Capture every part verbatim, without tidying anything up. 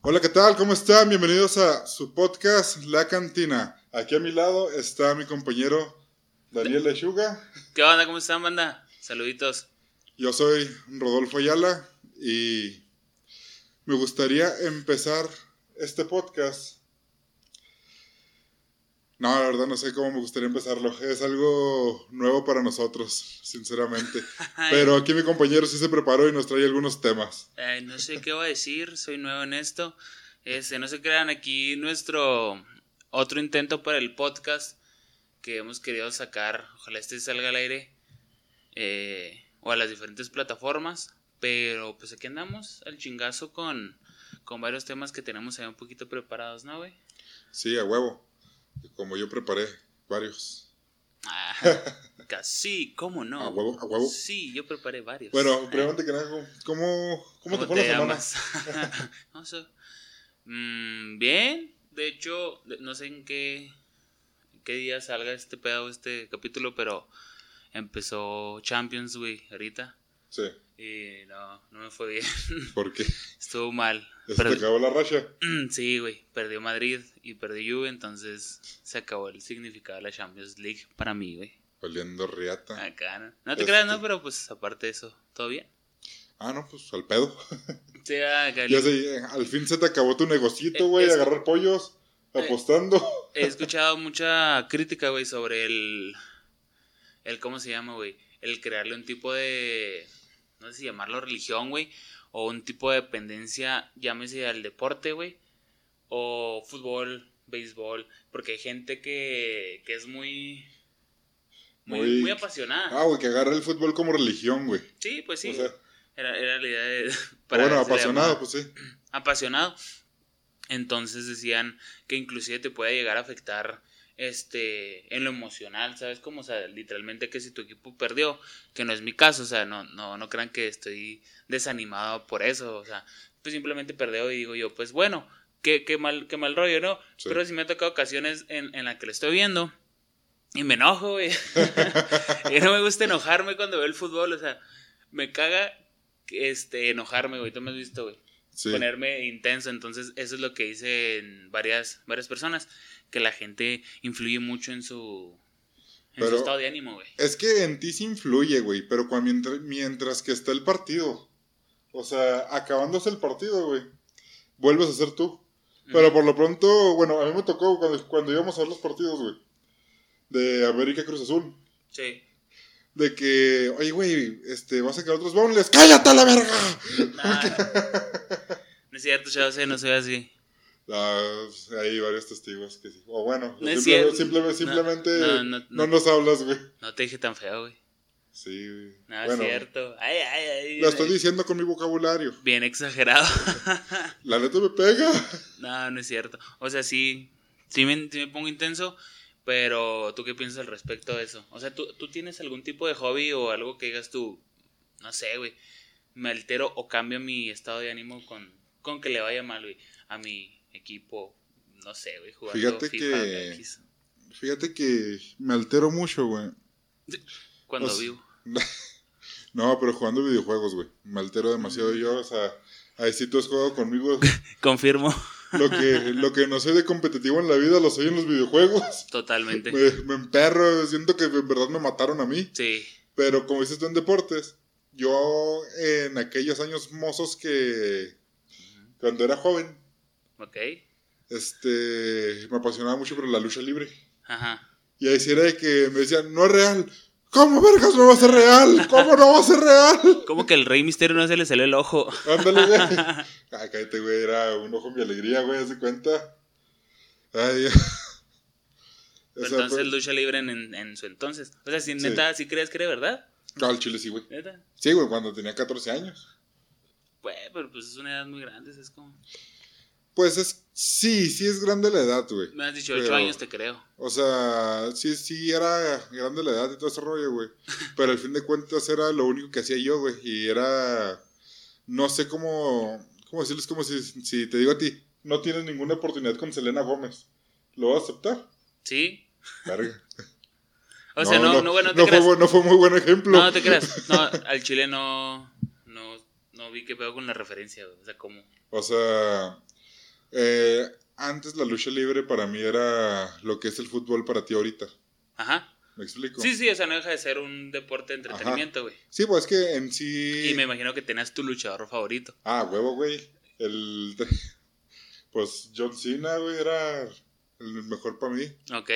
Hola, ¿qué tal? ¿Cómo están? Bienvenidos a su podcast, La Cantina. Aquí a mi lado está mi compañero Daniel Lechuga. ¿Qué onda? ¿Cómo están, banda? Saluditos. Yo soy Rodolfo Ayala y me gustaría empezar este podcast. No, la verdad no sé cómo me gustaría empezarlo. Es algo nuevo para nosotros, sinceramente. Pero aquí mi compañero sí se preparó y nos trae algunos temas. Ay, no sé qué voy a decir, soy nuevo en esto. Este, no se crean, aquí nuestro otro intento para el podcast que hemos querido sacar. Ojalá este salga al aire eh, o a las diferentes plataformas. Pero pues aquí andamos al chingazo con, con varios temas que tenemos ahí un poquito preparados, ¿no, güey? Sí, a huevo. Como yo preparé varios. Ah, casi, ¿cómo no? A huevo, a huevo. Sí, yo preparé varios. Bueno, pregúntate que nada, ¿cómo, cómo, ¿cómo te fue la semana? No sé. Mm, bien, de hecho, no sé en qué, qué día salga este pedo, este capítulo, pero empezó Champions, güey, ahorita. Sí. Y no, no me fue bien. ¿Por qué? Estuvo mal. ¿Se te acabó la racha? Sí, güey, perdió Madrid y perdió Juve, entonces se acabó el significado de la Champions League para mí, güey. Oliendo riata. Acá, ¿no? No te Este... creas, no, pero pues aparte de eso, ¿todo bien? Ah, no, pues al pedo. Sí, acá ya sé, al fin se te acabó tu negocito, güey, eh, agarrar pollos, eh, apostando. He escuchado mucha crítica, güey, sobre el, el, ¿cómo se llama, güey? El crearle un tipo de, no sé si llamarlo religión, güey, o un tipo de dependencia, llámese al deporte, güey, o fútbol, béisbol, porque hay gente que, que es muy... Muy, muy, muy apasionada. Ah, güey, que agarra el fútbol como religión, güey. Sí, pues sí. O sea, era, era la idea de... Para bueno, apasionado, pues sí. Apasionado. Entonces decían que inclusive te puede llegar a afectar este en lo emocional, ¿sabes? Como, o sea, literalmente que si tu equipo perdió, que no es mi caso, o sea, no, no, no crean que estoy desanimado por eso, o sea, pues simplemente perdió y digo yo, pues bueno, qué, qué, mal, qué mal rollo, ¿no? Sí. Pero sí me ha tocado ocasiones en, en las que lo estoy viendo y me enojo, güey. Y no me gusta enojarme cuando veo el fútbol, o sea, me caga este, enojarme, güey, tú me has visto, güey. Sí. Ponerme intenso, entonces eso es lo que dicen varias, varias personas, que la gente influye mucho en su, en pero su estado de ánimo, güey. Es que en ti sí influye, güey, pero cuando, mientras, mientras que está el partido, o sea, acabándose el partido, güey, vuelves a ser tú. Pero uh-huh. Por lo pronto, bueno, a mí me tocó cuando, cuando íbamos a ver los partidos, güey, de América Cruz Azul. Sí. De que, oye, güey, este, vas a sacar otros bowls. ¡Cállate a la verga! Nah, no es cierto, chavos, no soy así. Ah, hay varios testigos que sí. O bueno, no simple, simplemente, simplemente no, no, no, no, no nos hablas, güey. No te dije tan feo, güey. Sí, güey. No, bueno, es cierto. Ay, ay, ay. Lo estoy diciendo con mi vocabulario. Bien exagerado. La neta me pega. No, no es cierto. O sea, sí, sí me, sí me pongo intenso. Pero, ¿tú qué piensas al respecto de eso? O sea, ¿tú, ¿tú tienes algún tipo de hobby o algo que digas tú, no sé, güey, me altero o cambio mi estado de ánimo con, con que le vaya mal, güey, a mi equipo, no sé, güey, jugando fíjate FIFA que, X? Fíjate que me altero mucho, güey. Cuando o sea, vivo. No, pero jugando videojuegos, güey. Me altero demasiado mm. yo, o sea, ahí sí tú has jugado conmigo. Confirmo. Lo que, lo que no soy de competitivo en la vida lo soy en los videojuegos. Totalmente. Me, me emperro, siento que en verdad me mataron a mí. Sí. Pero como dices tú en deportes, yo en aquellos años mozos que uh-huh. cuando era joven, ok, este, me apasionaba mucho por la lucha libre. Ajá. Y ahí sí era de que me decían, no es real. ¿Cómo vergas no va a ser real? ¿Cómo no va a ser real? Como que el Rey Misterio no se le salió el ojo. Ándale, güey. Ay, cállate, güey, era un ojo mi alegría, güey, ¿se cuenta? Ay, o sea, entonces pues... lucha libre en, en, en su entonces. O sea, si neta, ¿sí, ¿sí crees que era verdad? No, al chile sí, güey. ¿Neta? Sí, güey, cuando tenía catorce años. Güey, pero pues es una edad muy grande, es como... Pues es, sí, sí es grande la edad, güey. Me has dicho ocho años, te creo. O sea, sí, sí era grande la edad y todo ese rollo, güey. Pero al fin de cuentas era lo único que hacía yo, güey. Y era, no sé cómo, cómo decirles, como si, si te digo a ti, no tienes ninguna oportunidad con Selena Gómez. ¿Lo vas a aceptar? Sí. Verga. O sea, no, no, no, bueno, no te no creas. Fue, no fue muy buen ejemplo. No, no te creas. No, al chile no, no, no vi qué pedo con la referencia, güey. O sea, ¿cómo? O sea, Eh, antes la lucha libre para mí era lo que es el fútbol para ti ahorita. Ajá. ¿Me explico? Sí, sí, o sea, no deja de ser un deporte de entretenimiento, güey. Sí, pues es que en sí... Y me imagino que tenías tu luchador favorito. Ah, huevo, güey. El... Pues John Cena, güey, era el mejor para mí. Ok.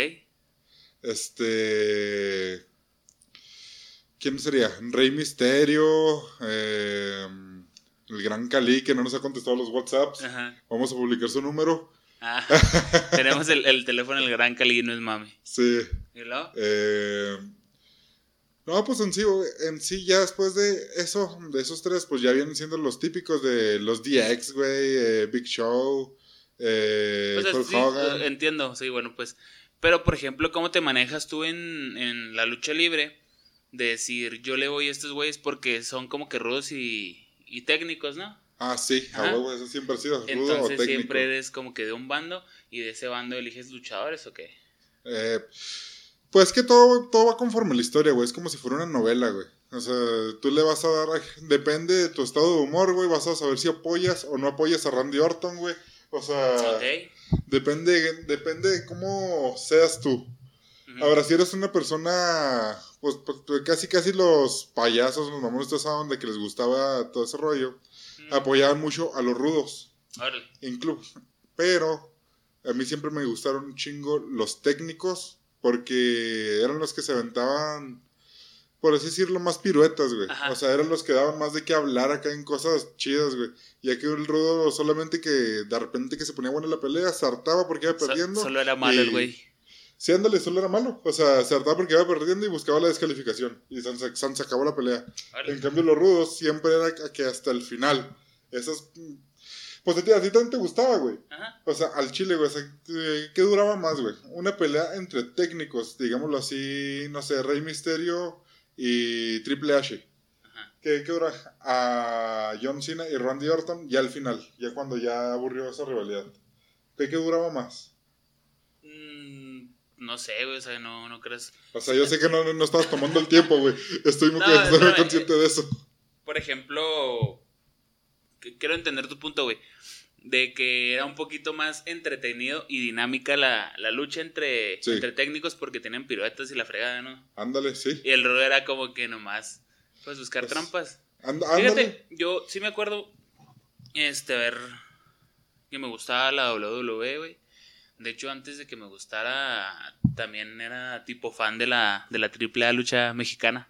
Este... ¿Quién sería? Rey Misterio, eh, el Gran Cali, que no nos ha contestado los WhatsApps. Ajá. Vamos a publicar su número. Ah, tenemos el, el teléfono del Gran Cali, no es mami. Sí. ¿Y luego? Eh, no, pues en sí, en sí, ya después de eso, de esos tres, pues ya vienen siendo los típicos de los D X, güey, eh, Big Show, eh, O sea, Hulk sí, Hogan. entiendo, sí, bueno, pues. Pero, por ejemplo, ¿cómo te manejas tú en, en la lucha libre? De decir, yo le voy a estos güeyes porque son como que rudos y, y técnicos, ¿no? Ah, sí, a Ajá. huevo, eso siempre ha sido rudo Entonces o técnico. siempre eres como que de un bando y de ese bando eliges luchadores, ¿o qué? Eh, pues que todo, todo va conforme la historia, güey. Es como si fuera una novela, güey. O sea, tú le vas a dar... Depende de tu estado de humor, güey. Vas a saber si apoyas o no apoyas a Randy Orton, güey. O sea... Ok. Depende, depende de cómo seas tú. Ujú. Ahora, si eres una persona... Pues, pues casi casi los payasos, los mamones, ustedes saben de que les gustaba todo ese rollo. Mm. Apoyaban mucho a los rudos. Órale. Incluso. Pero a mí siempre me gustaron un chingo los técnicos porque eran los que se aventaban, por así decirlo, más piruetas, güey. Ajá. O sea, eran los que daban más de qué hablar acá en cosas chidas, güey. Ya que el rudo solamente que de repente que se ponía buena la pelea, se hartaba porque iba So- perdiendo. solo era malo y- el güey. Sí, ándale, solo era malo. O sea, se hartaba porque iba perdiendo y buscaba la descalificación. Y se, se, se acabó la pelea. Órale. En cambio, los rudos siempre era que hasta el final. Esas... Pues a ti, a ti también te gustaba, güey. Ajá. O sea, al chile, güey. O sea, ¿qué duraba más, güey? Una pelea entre técnicos, digámoslo así, no sé, Rey Misterio y Triple H. Ajá. ¿Qué, qué dura? A John Cena y Randy Orton ya al final, ya cuando ya aburrió esa rivalidad. ¿Qué, qué duraba más? Mm, no sé, güey, o sea, no, no crees. O sea, yo sé que no, no, no estabas tomando el tiempo, güey. Estoy muy, No, estoy muy espérame. consciente de eso. Por ejemplo, que- quiero entender tu punto, güey. De que era un poquito más entretenido y dinámica la, la lucha entre, Sí. entre técnicos porque tenían piruetas y la fregada, ¿no? Ándale, sí. Y el rol era como que nomás, pues buscar Pues, trampas. And, ándale. Fíjate, yo sí me acuerdo, este, a ver, que me gustaba la W W E, güey. De hecho, antes de que me gustara, también era tipo fan de la, de la triple A lucha mexicana.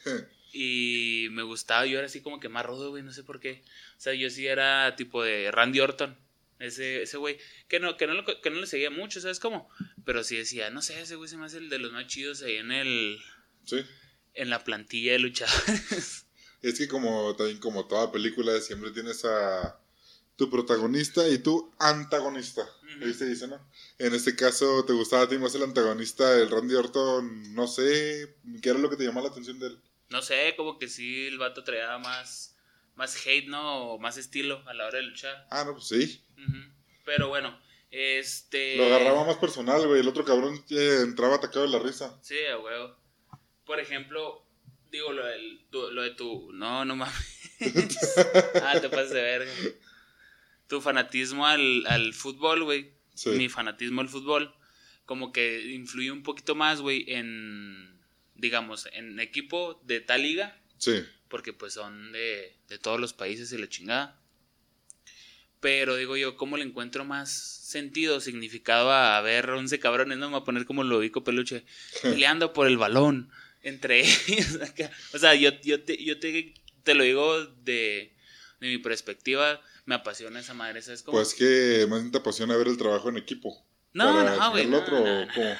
Y me gustaba, yo era así como que más rudo, güey, no sé por qué. O sea, yo sí era tipo de Randy Orton, ese ese güey, que no, que, no lo, que no le seguía mucho, ¿sabes cómo? Pero sí decía, no sé, ese güey se me hace el de los más chidos ahí en el Sí. en la plantilla de luchadores. Es que como también como toda película siempre tienes a tu protagonista y tu antagonista. Ujú. Ahí se dice, ¿no? En este caso, ¿te gustaba a ti más el antagonista, el Randy Orton? No sé, ¿qué era lo que te llamaba la atención de él? No sé, como que sí el vato traía más, más hate, ¿no? O más estilo a la hora de luchar. Ah, no, pues sí. Ujú. Pero bueno, este... Lo agarraba más personal, güey. El otro cabrón eh, entraba atacado de la risa. Sí, a huevo. Por ejemplo, digo, lo, del, tu- lo de tu... No, no mames. Ah, te pasas de verga. Tu fanatismo al, al fútbol, güey. Sí. Mi fanatismo al fútbol. Como que influye un poquito más, güey, en... Digamos, en equipo de tal liga. Sí. Porque pues son de, de todos los países y la chingada. Pero digo yo, ¿cómo le encuentro más sentido, significado a ver once cabrones? No me voy a poner como lo ubico peluche, peleando por el balón entre ellos. Acá. O sea, yo, yo, te, yo te, te lo digo de, de mi perspectiva, me apasiona esa madre, ¿sabes cómo? Pues que más te apasiona ver el trabajo en equipo. no, Para no, güey. chingar al No, otro, no, ¿o no. cómo?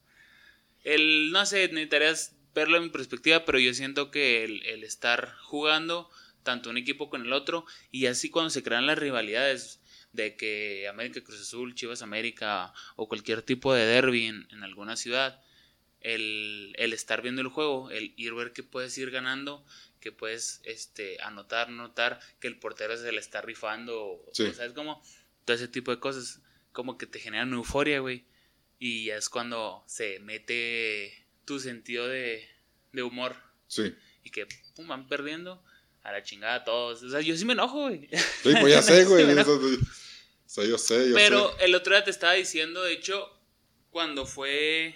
El, no sé, necesitarías verlo en mi perspectiva, pero yo siento que el, el estar jugando tanto un equipo con el otro, y así cuando se crean las rivalidades de que América Cruz Azul, Chivas América o cualquier tipo de derbi en, en alguna ciudad, el, el estar viendo el juego, el ir ver que puedes ir ganando, que puedes este, anotar, notar que el portero se le está rifando, Sí. o ¿sabes cómo? Todo ese tipo de cosas, como que te generan euforia, güey. Y ya es cuando se mete tu sentido de, de humor. Sí. Y que pum, van perdiendo a la chingada todos. O sea, yo sí me enojo, güey. Sí, pues ya sé, güey. Sí me enojo. Eso- sea, yo sé, yo Pero sé. el otro día te estaba diciendo, de hecho, cuando fue...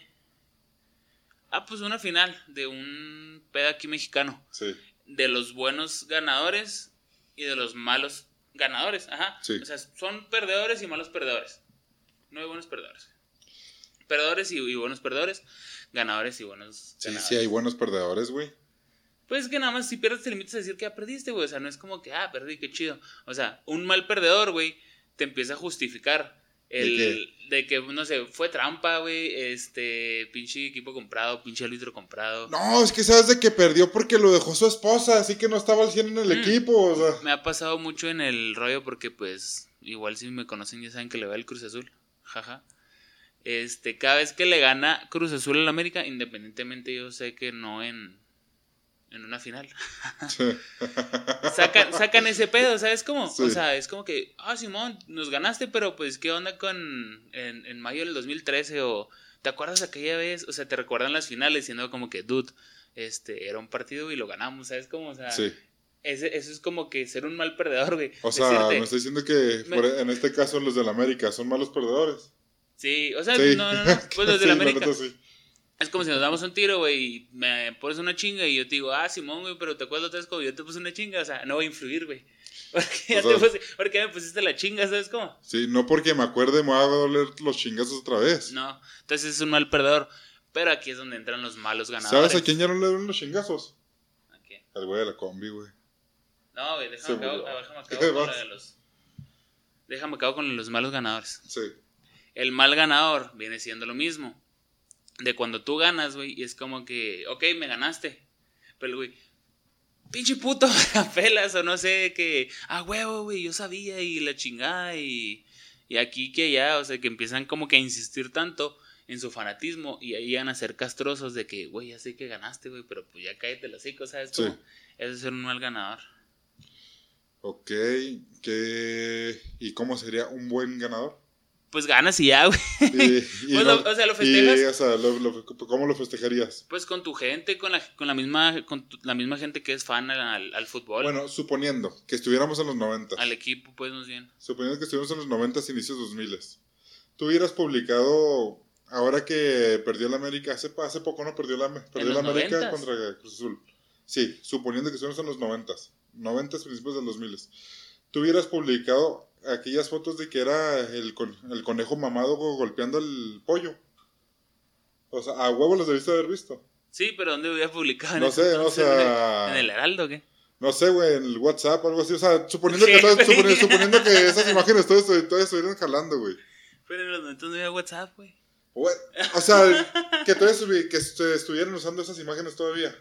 Ah, pues una final de un pedo aquí mexicano. Sí. De los buenos ganadores y de los malos ganadores. Ajá. Sí. O sea, son perdedores y malos perdedores. No hay buenos perdedores. Perdedores y, y buenos perdedores. Ganadores y buenos Sí, ganadores. sí, hay buenos perdedores, güey. Pues es que nada más si pierdes te limitas a decir que ya perdiste, güey. O sea, no es como que, ah, perdí, qué chido. O sea, un mal perdedor, güey, te empieza a justificar el ¿De de que, no sé, fue trampa, güey, este, pinche equipo comprado, pinche árbitro comprado. No, es que sabes de que perdió porque lo dejó su esposa, así que no estaba al cien en el Mm. equipo, o sea. Me ha pasado mucho en el rollo porque, pues, igual si me conocen ya saben que le va el Cruz Azul. Jaja. Este, cada vez que le gana Cruz Azul al América, independientemente yo sé que no en... en una final. sacan, sacan ese pedo, ¿sabes cómo? Sí. O sea, es como que, ah, Simón, nos ganaste, pero pues, ¿qué onda con en, en mayo del dos mil trece? O, ¿te acuerdas aquella vez? O sea, te recuerdan las finales, siendo como que, dude, este, era un partido y lo ganamos, ¿sabes cómo? O sea, Sí. ese, eso es como que ser un mal perdedor, güey. O sea, Decirte, me está diciendo que me- por- en este caso los del América son malos perdedores. sí, o sea, Sí. no, no, no, pues los Sí, del la América. neta sí. Es como si nos damos un tiro, güey, y me pones una chinga y yo te digo, ah, Simón, güey, pero te acuerdas otra vez como yo te puse una chinga, o sea, no voy a influir, güey. Porque, ya O sea, te puse, porque me pusiste la chinga, ¿sabes cómo? Sí, no porque me acuerde me va a doler los chingazos otra vez. No, entonces es un mal perdedor. Pero aquí es donde entran los malos ganadores. ¿Sabes a quién ya no le duelen los chingazos? ¿A quién? Al güey de la combi, güey. No, güey, Se déjame acabo, murió. déjame acabo ¿Qué con vas? la de los... Déjame acabo con los malos ganadores. Sí. El mal ganador viene siendo lo mismo. De cuando tú ganas, güey, y es como que, ok, me ganaste. Pero, güey, pinche puto, me la pelas, o no sé, que, ah, huevo, güey, yo sabía, y la chingada, y, y aquí que allá, o sea, que empiezan como que a insistir tanto en su fanatismo, y ahí van a ser castrosos de que, güey, ya sé que ganaste, güey, pero pues ya cállate los hocico, ¿sabes? Sí. Como, eso es ser un mal ganador. Ok. ¿Qué... ¿Y cómo sería un buen ganador? Pues ganas y ya, güey. Y, y Pues no- lo- o sea, lo festejas. Y, o sea, lo- lo- ¿cómo lo festejarías? Pues con tu gente, con la, con la misma, con tu- la misma gente que es fan al, al fútbol, Bueno, suponiendo que estuviéramos en los noventas. al equipo, pues más bien. Suponiendo que estuviéramos en los noventas, inicios dos miles. Tú hubieras publicado, ahora que perdió la América, hace, hace poco no perdió la, perdió la los América noventas? contra Cruz Azul. Sí, suponiendo que estuviéramos en los noventas. Noventas, principios de los dos miles. Tú hubieras publicado aquellas fotos de que era el, con- el conejo mamado go- golpeando el pollo. O sea, a huevo los debiste haber visto. Sí, pero ¿dónde voy a publicar? No en ese sé, o entonces? sea- ¿En el Heraldo o qué? No sé, güey, en el WhatsApp o algo así. O sea, suponiendo, Sí, que, todo- güey. suponiendo, suponiendo que esas imágenes todas, todas estuvieran jalando, güey. Pero en los momentos no había WhatsApp, güey. Güey, o sea, que todavía estuvi- que est- estuvieran usando esas imágenes todavía.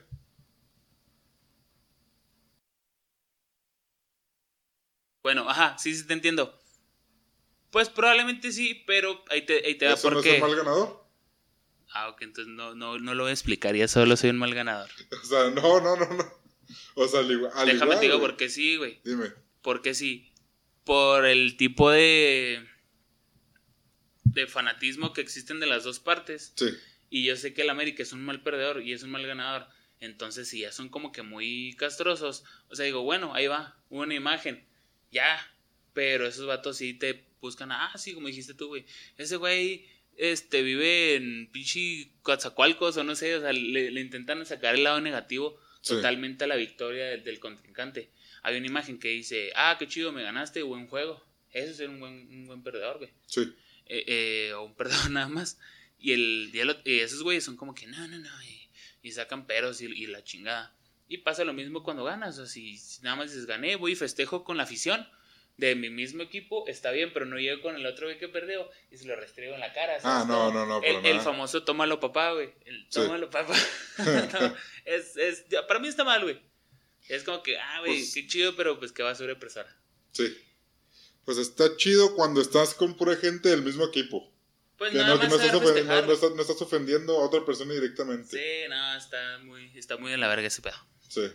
Bueno, ajá, sí, sí te entiendo. Pues probablemente sí, pero ahí te, ahí te da ¿Eso no por es qué. un mal ganador? Ah, ok, entonces no, no, no lo voy a explicar, ya solo soy un mal ganador. O sea, no, no, no, no. O sea, al igual. al Déjame igual, te digo güey. por qué sí, güey. Dime. Porque sí. Por el tipo de. de fanatismo que existen de las dos partes. Sí. Y yo sé que el América es un mal perdedor y es un mal ganador. Entonces, si ya son como que muy castrosos. O sea, digo, bueno, ahí va, una imagen. Ya. Pero esos vatos sí te buscan. Ah, sí, como dijiste tú, güey. Ese güey este, vive en pinche Coatzacoalcos o no sé. O sea, le, le intentan sacar el lado negativo Sí. totalmente a la victoria del, del contrincante. Hay una imagen que dice, ah, qué chido, me ganaste, buen juego. Eso es ser un buen, un buen perdedor, güey. Sí. Eh, eh, o un perdedor nada más. Y, el, y, el- y esos güeyes son como que no, no, no. Y, y sacan peros y, y la chingada. Y pasa lo mismo cuando ganas. O sea, si, si nada más dices gané, voy y festejo con la afición de mi mismo equipo, está bien, pero no llego con el otro güey que perdió y se lo restriego en la cara. ¿sabes? Ah, no, Como no, no, para El, el nada. famoso tómalo papá, güey. El Sí. tómalo papá. No, es, es, ya, para mí está mal, güey. Es como que, ah, güey, Pues- qué chido, pero pues qué basura de persona. Sí. Pues está chido cuando estás con pura gente del mismo equipo. Pues Que nada no, que más no estás, saber ofen- festejar, no- no güey. estás- no estás ofendiendo a otra persona directamente. Sí, no, está muy, está muy de la verga ese pedo. Sí.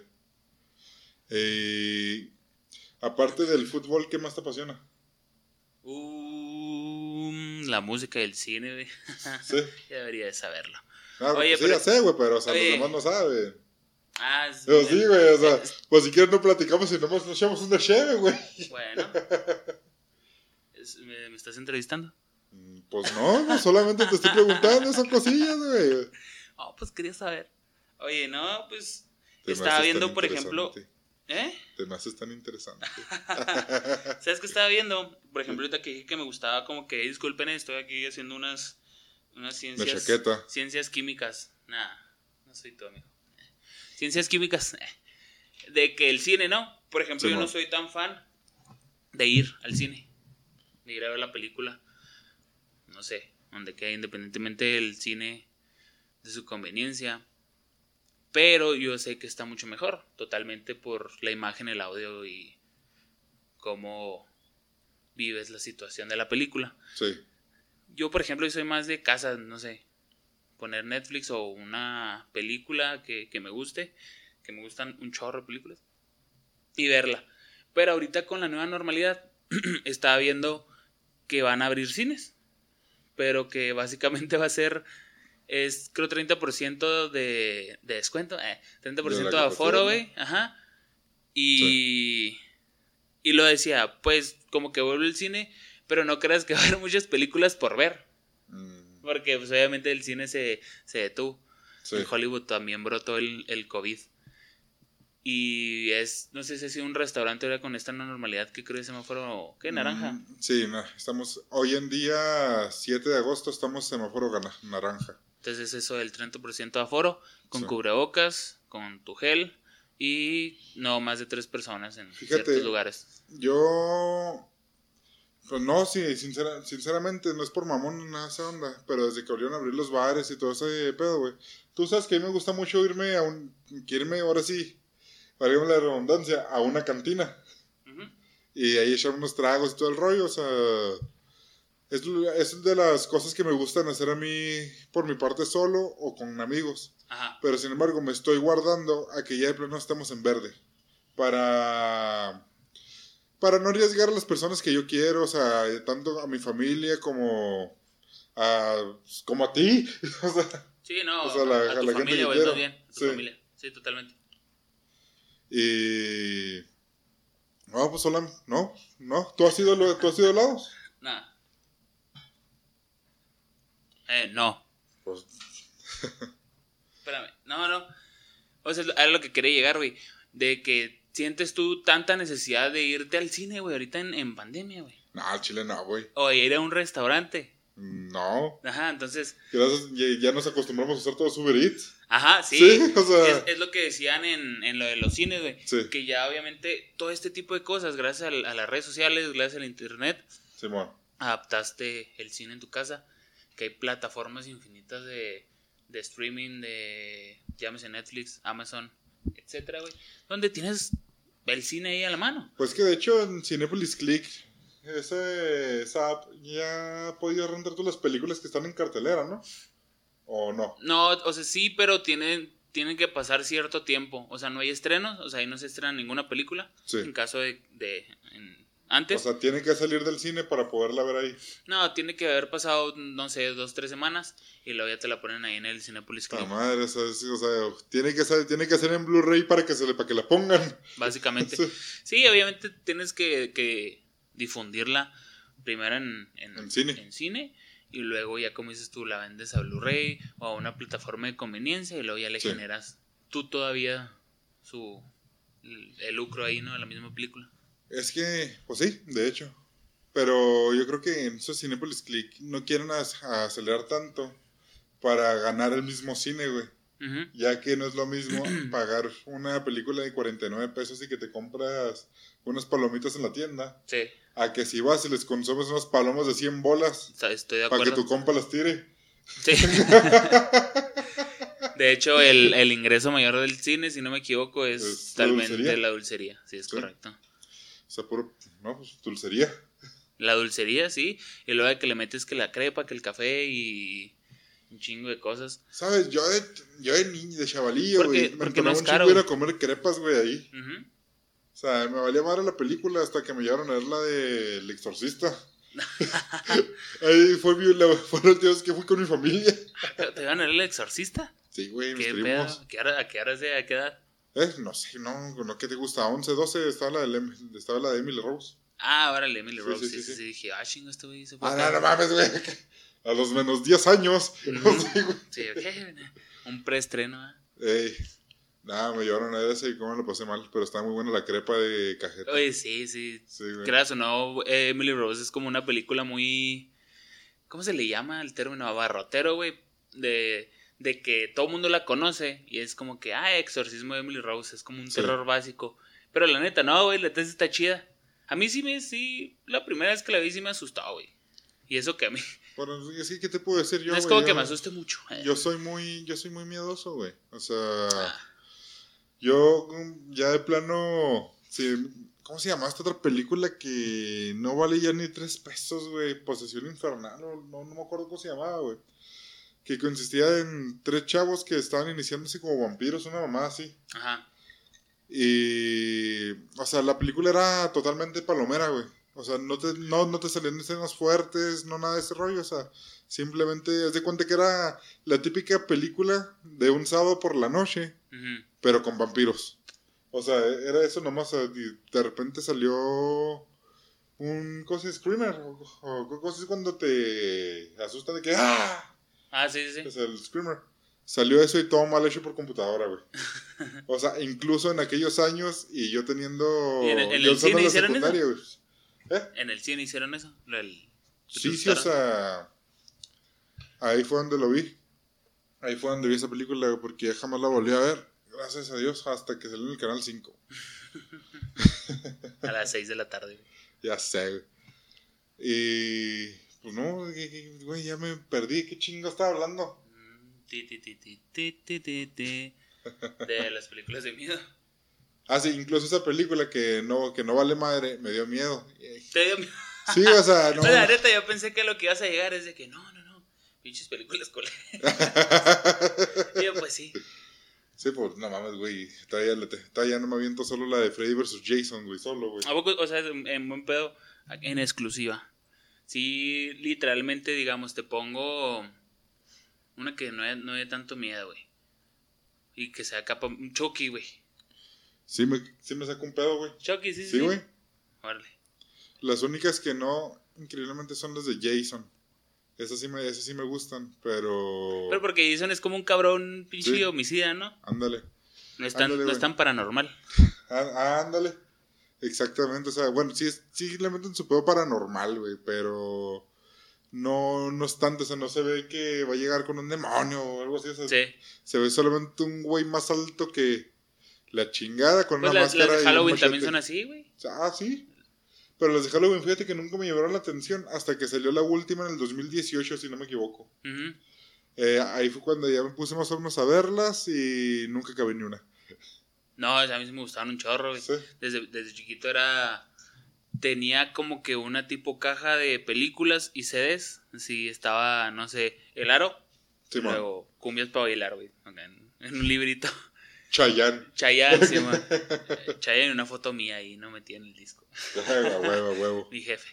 Eh, aparte del fútbol, ¿qué más te apasiona? Uh, la música y el cine, güey. Sí. Ya debería de saberlo. Ah, Oye, pues sí, pero- ya sé, güey, pero o sea, Oye. los demás no saben. Ah, sí. Pero sí, güey, o sea, pues si quieres no platicamos y nomás nos echamos una cheve, güey. Bueno. ¿Me, me estás entrevistando? Pues no, no, solamente te estoy preguntando esas cosillas, güey. Oh, pues quería saber. Oye, no, pues Te estaba viendo, por ejemplo... ¿Eh? Te me haces tan interesante. ¿Sabes qué estaba viendo? Por ejemplo, ahorita que dije que me gustaba como que, disculpen, estoy aquí haciendo unas, unas ciencias... chaqueta. Ciencias químicas. Nah, no soy tu amigo. Ciencias químicas. De que el cine, ¿no? Por ejemplo, sí, yo no soy tan fan de ir al cine. De ir a ver la película. No sé, donde quede, independientemente del cine, de su conveniencia. Pero yo sé que está mucho mejor, totalmente por la imagen, el audio y cómo vives la situación de la película. Sí. Yo, por ejemplo, soy más de casa, no sé, poner Netflix o una película que, que me guste, que me gustan un chorro de películas, y verla. Pero ahorita con la nueva normalidad, estaba viendo que van a abrir cines, pero que básicamente va a ser... Es, creo, treinta por ciento de, de descuento. Eh, treinta por ciento de, de aforo, güey. Ajá. Y... Sí. Y lo decía, pues, como que vuelve el cine, pero no creas que va a haber muchas películas por ver. Mm. Porque, pues, obviamente el cine se, se detuvo. Sí. En Hollywood también brotó el, el COVID. Y es, no sé si ha sido un restaurante ahora con esta normalidad que creo que semáforo, ¿qué? ¿Naranja? Mm, sí, no, estamos, hoy en día, siete de agosto, estamos semáforo naranja. Entonces eso del treinta por ciento de aforo, con sí. cubrebocas, con tu gel y no más de tres personas en Fíjate, ciertos lugares. Yo, pues no, sí, sincera, sinceramente no es por mamón nada esa onda, pero desde que volvieron a abrir los bares y todo ese pedo, güey. Tú sabes que a mí me gusta mucho irme a un, irme ahora sí, valga la redundancia, a una cantina. Uh-huh. Y ahí echar unos tragos y todo el rollo, o sea... Es, es de las cosas que me gustan hacer a mí por mi parte solo o con amigos. Ajá. Pero sin embargo me estoy guardando a que ya de plano estemos en verde. Para, para no arriesgar a las personas que yo quiero, o sea, tanto a mi familia como a, como a ti. O sea, sí, no, o sea, la, a, a tu la familia, güey, más bien. A tu sí. familia, sí, totalmente. Y... No, pues hola, no, no. ¿Tú has ido, ¿tú has ido a lados? Nada. Eh, no. Pues... Espérame, no, no. O sea, a lo que quería llegar, güey. De que sientes tú tanta necesidad de irte al cine, güey, ahorita en, en pandemia, güey. No, al chile no, güey. O ir a un restaurante. No. Ajá, entonces... Gracias, ya, ya nos acostumbramos a hacer todo Uber Eats. Ajá, sí. Sí, o sea... Es, es lo que decían en, en lo de los cines, güey. Sí. Que ya obviamente todo este tipo de cosas, gracias a, a las redes sociales, gracias al internet, sí, bueno. adaptaste el cine en tu casa. Que hay plataformas infinitas de, de streaming, de llámese Netflix, Amazon, etcétera, güey, donde tienes el cine ahí a la mano. Pues que de hecho en Cinépolis Click, ese, esa app ya ha podido rentar todas las películas que están en cartelera, ¿no? ¿O no? No, o sea, sí, pero tienen, tienen que pasar cierto tiempo. O sea, no hay estrenos, o sea, ahí no se estrena ninguna película. Sí. En caso de... de en, antes. O sea, tiene que salir del cine para poderla ver ahí. No, tiene que haber pasado, no sé, dos, tres semanas y luego ya te la ponen ahí en el Cinépolis Club. La madre, o sea, o sea tiene, que ser, tiene que ser en Blu-ray para que, se le, para que la pongan. Básicamente. sí. sí, obviamente tienes que, que difundirla primero en, en, en, cine. en cine y luego ya, como dices tú, la vendes a Blu-ray o a una plataforma de conveniencia y luego ya le sí. generas tú todavía su el lucro ahí, ¿no? De la misma película. Es que, pues sí, de hecho. Pero yo creo que en esos Cinépolis Click no quieren as- acelerar tanto para ganar el mismo cine, güey. Uh-huh. Ya que no es lo mismo pagar una película de cuarenta y nueve pesos y que te compras unas palomitas en la tienda. Sí. A que si vas y les consumes unas palomas de cien bolas. Estoy de acuerdo. Para que tu compa las tire. Sí. De hecho, el, el ingreso mayor del cine, si no me equivoco, es, es totalmente la dulcería. la dulcería. Sí, es sí. correcto. O sea, puro, no, pues dulcería. La dulcería, sí. Y luego de que le metes que la crepa, que el café y un chingo de cosas. ¿Sabes? Yo de, yo de niño, de chavalillo, güey. Me entonaba no un caro, chingo ir a comer crepas, güey, ahí. Uh-huh. O sea, me valía madre la película hasta que me llevaron a ver la de El Exorcista. Ahí fue mi, la, fue la última vez que fui con mi familia. ¿Te iban a ver El Exorcista? Sí, güey, mis ¿Qué primos. Pedo? ¿Qué hora, ¿A qué hora es de a qué edad? Eh, no sé, no, no, ¿qué te gusta? once, doce, estaba la de, estaba la de Emily Rose. Ah, órale, Emily Sí, Rose. sí, Sí, sí, sí, sí. Dije, ah, chingo, este güey se fue. Ah, acá. no, no mames, güey. A los menos diez años. No sé, güey. Sí, ok. Un preestreno, ¿eh? Ey. Nada, me llevaron a ese y cómo lo pasé mal. Pero está muy buena la crepa de cajeta. Oye, sí, sí. Sí, güey. Creas o no, eh, Emily Rose es como una película muy... ¿Cómo se le llama el término? Abarrotero, güey. De, de que todo el mundo la conoce. Y es como que, ah, Exorcismo de Emily Rose. Es como un Sí. terror básico. Pero la neta, no, güey, la tesis está chida. A mí sí me, sí, la primera vez que la vi sí me asustó, güey. Y eso que a mí... Bueno, es que, ¿qué te puedo decir yo, no es güey? como Yo- que me asuste mucho. eh. Yo soy muy, yo soy muy miedoso, güey. O sea, Ah, yo mm, ya de plano, sí, ¿cómo se llama esta otra película que no vale ya ni tres pesos, güey? Posesión infernal, o no, no me acuerdo cómo se llamaba, güey. Que consistía en tres chavos que estaban iniciándose como vampiros, una mamá así. ajá. Y, o sea, la película era totalmente palomera, güey. O sea, no te, no, no te salían escenas fuertes, no nada de ese rollo. O sea, simplemente haz de cuenta que era la típica película de un sábado por la noche, Ujú. pero con vampiros. O sea, era eso nomás. O sea, y de repente salió un cosa screamer. O, o cosa es cuando te asustan de que ¡ah! Ah, sí, sí, O sí. sea, el screamer. Salió eso y todo mal hecho por computadora, güey. O sea, incluso en aquellos años y yo teniendo... ¿Y en el- en yo el estando cine en la hicieron eso? secundaria, güey. ¿Eh? En el cine hicieron eso. Lo del- Sí, sí, o sea... Ahí fue donde lo vi. Ahí fue donde vi esa película, güey, porque ya jamás la volví a ver. Gracias a Dios, hasta que salió en el canal cinco. A las seis de la tarde, güey. Ya sé, güey. Y... Pues no, güey, ya me perdí. ¿Qué chingo estaba hablando? Mm, ti, ti, ti, ti, ti, ti, ti, ti. De las películas de miedo. Ah, sí, incluso esa película que no, que no vale madre, me dio miedo. Te dio miedo. Sí, o sea, no... O sea, neta, yo pensé que lo que ibas a llegar es de que no, no, no. Pinches películas colegas. Y yo, pues sí. Sí, pues no mames, güey. Todavía, le te- todavía no me aviento solo la de Freddy versus Jason, güey. Solo, güey. ¿A poco? O sea, en, en buen pedo, en exclusiva. Sí, literalmente, digamos, te pongo una que no es, no es tanto miedo, güey. Y que sea capa. Un Chucky, güey. Sí me, sí me saco un pedo, güey. Chucky, sí, sí. Sí, güey. Órale. Las únicas que no, increíblemente, son las de Jason. Esas sí me, esas sí me gustan, pero... Pero porque Jason es como un cabrón pinche Sí. homicida, ¿no? Ándale. No es tan, Ándale, no güey. es tan paranormal. Á- ah, ándale. Exactamente, o sea, bueno, sí, es, sí le meten su pedo paranormal, güey, pero... No, no es tanto, o sea, no se ve que va a llegar con un demonio o algo así, o sea, Sí. se ve solamente un güey más alto que la chingada con Pues una las, las máscara de y un Halloween machete. también son así, güey. O sea, ah, sí. Pero las de Halloween, fíjate que nunca me llevaron la atención hasta que salió la última en el dos mil dieciocho, si no me equivoco. Ujú. Eh, ahí fue cuando ya me puse más o menos a verlas y nunca acabé ni una. No, o sea, a mí sí me gustaban un chorro, güey. Sí. Desde, desde chiquito era... Tenía como que una tipo caja de películas y C Ds. Así estaba, no sé, El Aro. Sí, y luego Cumbias para bailar, güey. En, en un librito. Chayanne. Chayanne, sí, man. Eh, Chayanne y una foto mía ahí, no metía en el disco. A huevo, a huevo. Mi jefe.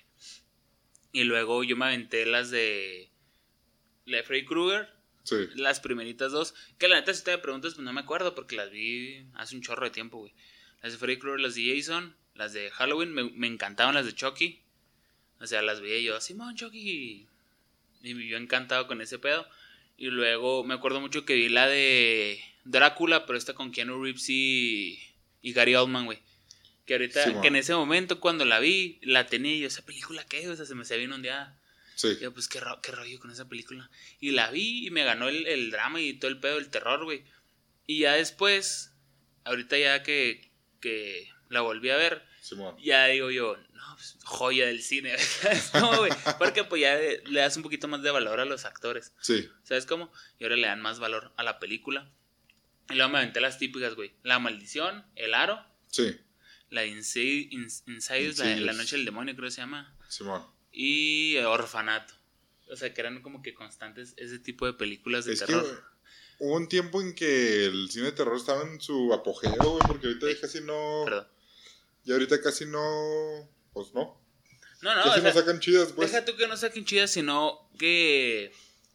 Y luego yo me aventé las de... La de Freddy Krueger. Sí. Las primeritas dos. Que la neta, si te me preguntas, pues no me acuerdo. Porque las vi hace un chorro de tiempo, güey. Las de Freddy Krueger, las de Jason. Las de Halloween. Me, me encantaban las de Chucky. O sea, las veía yo, Simón, Chucky. Y yo encantado con ese pedo. Y luego me acuerdo mucho que vi la de Drácula, pero esta con Keanu Reeves y, y Gary Oldman, güey. Que ahorita, Simón. que en ese momento cuando la vi, la tenía y yo, ¿esa película qué? O sea, se me hacía bien ondeada. Sí. Y yo, pues, ¿qué, ro- qué rollo con esa película? Y la vi y me ganó el, el drama y todo el pedo del terror, güey. Y ya después, ahorita ya que, que la volví a ver, Simón. ya digo yo, no, pues, joya del cine, ¿sabes cómo, güey? Porque pues ya le das un poquito más de valor a los actores, Sí. ¿sabes cómo? Y ahora le dan más valor a la película. Y luego me aventé las típicas, güey. La Maldición, El Aro, Sí. la de Insi- Ins- Insidious, la, Insidious. la Noche del Demonio creo que se llama, Simón. y Orfanato. O sea, que eran como que constantes ese tipo de películas de Es que terror. hubo un tiempo en que el cine de terror estaba en su apogeo, güey, porque ahorita ya casi no... Perdón. Y ahorita casi no... Pues no. No, no, Casi o sea, no sacan chidas, pues. deja tú que no saquen chidas, sino que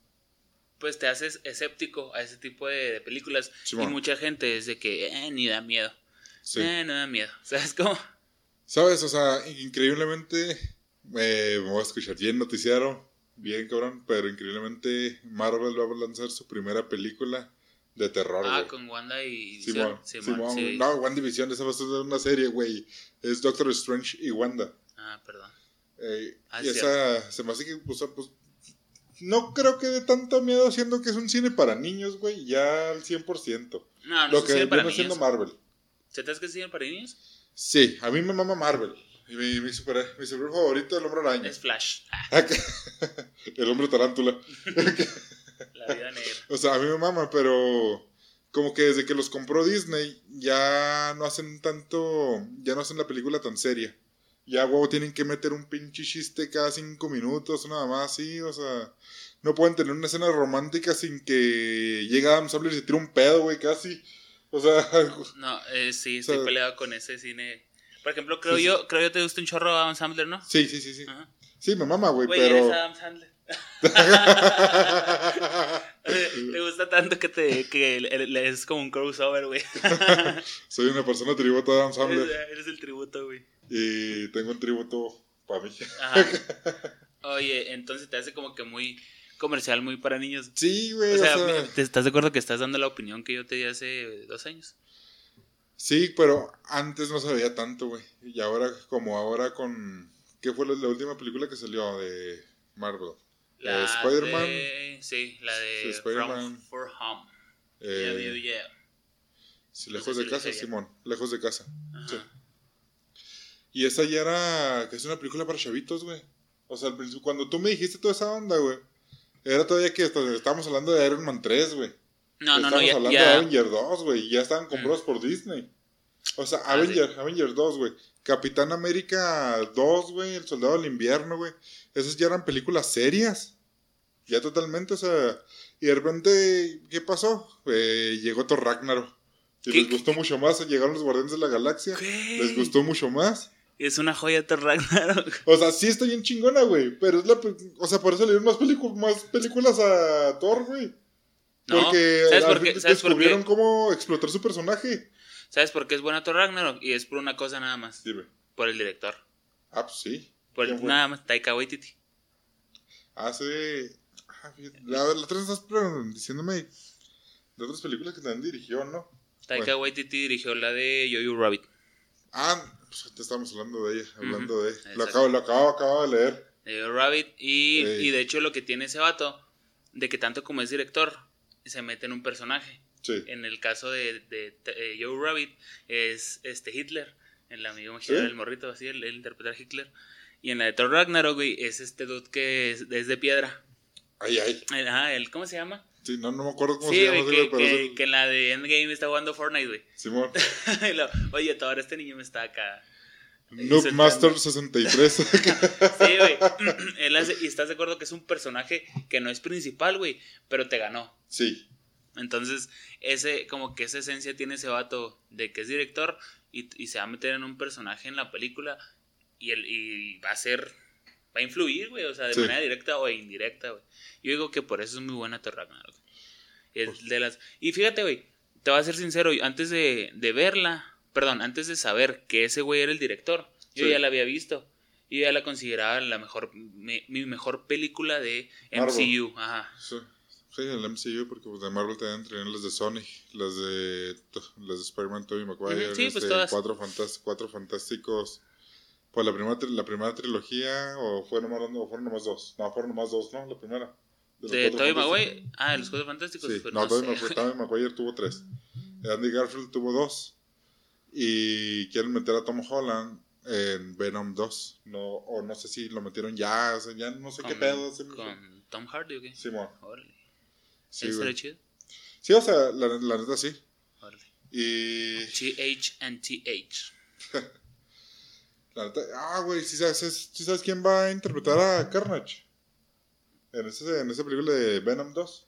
pues te haces escéptico a ese tipo de, de películas. Simón. Y mucha gente es de que, eh, ni da miedo. Sí. Eh, no da miedo. ¿Sabes cómo? ¿Sabes? O sea, increíblemente, eh, me voy a escuchar bien noticiero, bien cabrón, pero increíblemente Marvel va a lanzar su primera película de terror, Ah, güey. con Wanda y Simón, Simón, Simón, sí. no, WandaVision, esa va a ser una serie, güey. Es Doctor Strange y Wanda. Ah, perdón. Eh, Ah, y es esa, se me hace que, pues, pues, no creo que dé tanto miedo siendo que es un cine para niños, güey, ya al cien por ciento. No, no Lo es un que cine para viene siendo niños. Marvel. ¿Se te hace que es cine para niños? Sí, a mí me mama Marvel. Y mi, mi, super, mi super favorito, el hombre araña. Es Flash. El hombre tarántula. La vida negra. O sea, a mí me mama, pero como que desde que los compró Disney ya no hacen tanto, ya no hacen la película tan seria. Ya, huevo, tienen que meter un pinche chiste cada cinco minutos, nada más así, o sea, no pueden tener una escena romántica sin que llegue Adam Sandler y se tire un pedo, güey, casi. O sea, no, eh, sí, o sea, estoy peleado con ese cine. Por ejemplo, creo sí, yo, sí. creo yo te gusta un chorro Adam Sandler, ¿no? Sí, sí, sí, sí. Ajá. Sí, me mama, güey, Güey, pero... eres Adam Sandler. Te gusta tanto que te que le es como un crossover, güey. Soy una persona tributo a Adam Sandler. Eres, eres el tributo, güey. Y tengo un tributo para mí. Ajá. Oye, entonces te hace como que muy comercial, muy para niños. Sí, güey. O sea, o sea, ¿te estás de acuerdo que estás dando la opinión que yo te di hace dos años? sí, pero antes no se veía tanto, güey. Y ahora, como ahora con... ¿Qué fue la, la última película que salió de Marvel? La Eh, Spider-Man. de... Sí, la de Spider-Man. From For Home. Eh, Yeah, yeah, yeah. sí, No lejos sé de si casa, lo sé Simón. Lejos de casa. Ajá. Sí. Y esa ya era... Que es una película para chavitos, güey. O sea, al principio, cuando tú me dijiste toda esa onda, güey. Era todavía que hasta estábamos hablando de Iron Man tres, güey. No, no, Estamos no, ya... hablando ya... de Avenger dos, güey. Ya estaban comprados Mm. por Disney. O sea, Ah, Avenger, sí. Avenger dos, güey. Capitán América dos, güey. El Soldado del Invierno, güey. Esas ya eran películas serias. Ya totalmente, o sea. Y de repente, ¿qué pasó? Eh, llegó Thor Ragnarok. Y ¿Qué? les gustó mucho más. Llegaron los Guardianes de la Galaxia. ¿Qué? Les gustó mucho más. Es una joya Thor Ragnarok. O sea, sí está bien chingona, güey. Pero es la. O sea, por eso le dieron más, películas más películas a Thor, güey. No, Porque ¿sabes al por fin qué? ¿Sabes por descubrieron qué? cómo explotar su personaje. ¿Sabes por qué es buena Thor Ragnarok? Y es por una cosa nada más. Dime. Por el director. Ah, pues sí. Por ¿Quién el, fue? nada más, Taika Waititi. Hace. Ah, fíjate, la, la otra vez estás pre- diciéndome de otras películas que también dirigió, ¿no? Taika Bueno. Waititi dirigió la de Jojo Rabbit. Ah, pues te estábamos hablando de ella, hablando Ujú, de. Lo exacto. acabo, lo acabo, acabo de leer. De Jojo Rabbit. Y, Ey. y de hecho lo que tiene ese vato, de que tanto como es director, se mete en un personaje. Sí. En el caso de, de, de Jojo Rabbit, es este Hitler. El amigo imaginario ¿Sí? del morrito, así, él, él interpreta a Hitler. Y en la de Thor Ragnarok, güey, es este dude que es, es de piedra. Ay, ay. El- Ajá, el, ¿cómo se llama? Sí, no, no me acuerdo cómo Sí, se llama, güey, ese que, güey, pero que, es el- que en la de Endgame está jugando Fortnite, güey. Simón. Y lo, oye, ahora este niño me está acá. Noob insultando. Master sesenta y tres. Sí, güey. Él hace- y estás de acuerdo que es un personaje que no es principal, güey, pero te ganó. Sí. Entonces, ese, como que esa esencia tiene ese vato de que es director y, y se va a meter en un personaje en la película y, el, y va a ser, va a influir, güey, o sea, de Sí. manera directa o indirecta, güey. Yo digo que por eso es muy buena Thor Ragnarok. Es Pues de las, y fíjate, güey, te voy a ser sincero, antes de, de verla, perdón, antes de saber que ese güey era el director, yo Sí. ya la había visto. Yo ya la consideraba la mejor, mi, mi mejor película de M C U. Ajá. Sí. Sí, el M C U, porque pues, de Marvel también traían las de Sony, las de, las de Spider-Man, Tobey Maguire, Ujú, sí, pues este, todas. cuatro, fantas- cuatro fantásticos. Pues la primera, tri- la primera trilogía, o fueron, nomás, o fueron nomás dos. No, fueron nomás dos, ¿no? La primera. los De Cuatro Tobey Fantásticos. Maguire. Ah, de los Juegos Fantásticos. Sí, Pues, no, no Tobey sé. Maguire, Tobey Maguire tuvo tres. Andy Garfield tuvo dos. Y quieren meter a Tom Holland en Venom dos. No, o no sé si lo metieron ya, o sea, ya no sé qué Con- pedo. ese- Con Tom Hardy, ¿o qué? Simón. Órale. Sí, ¿Eso güey. era chido? Sí, o sea, la, la neta sí. Órale. Y. T H and T H. La neta, ah, güey, ¿sí sabes, sí sabes quién va a interpretar a Carnage? En, ese, en esa película de Venom dos.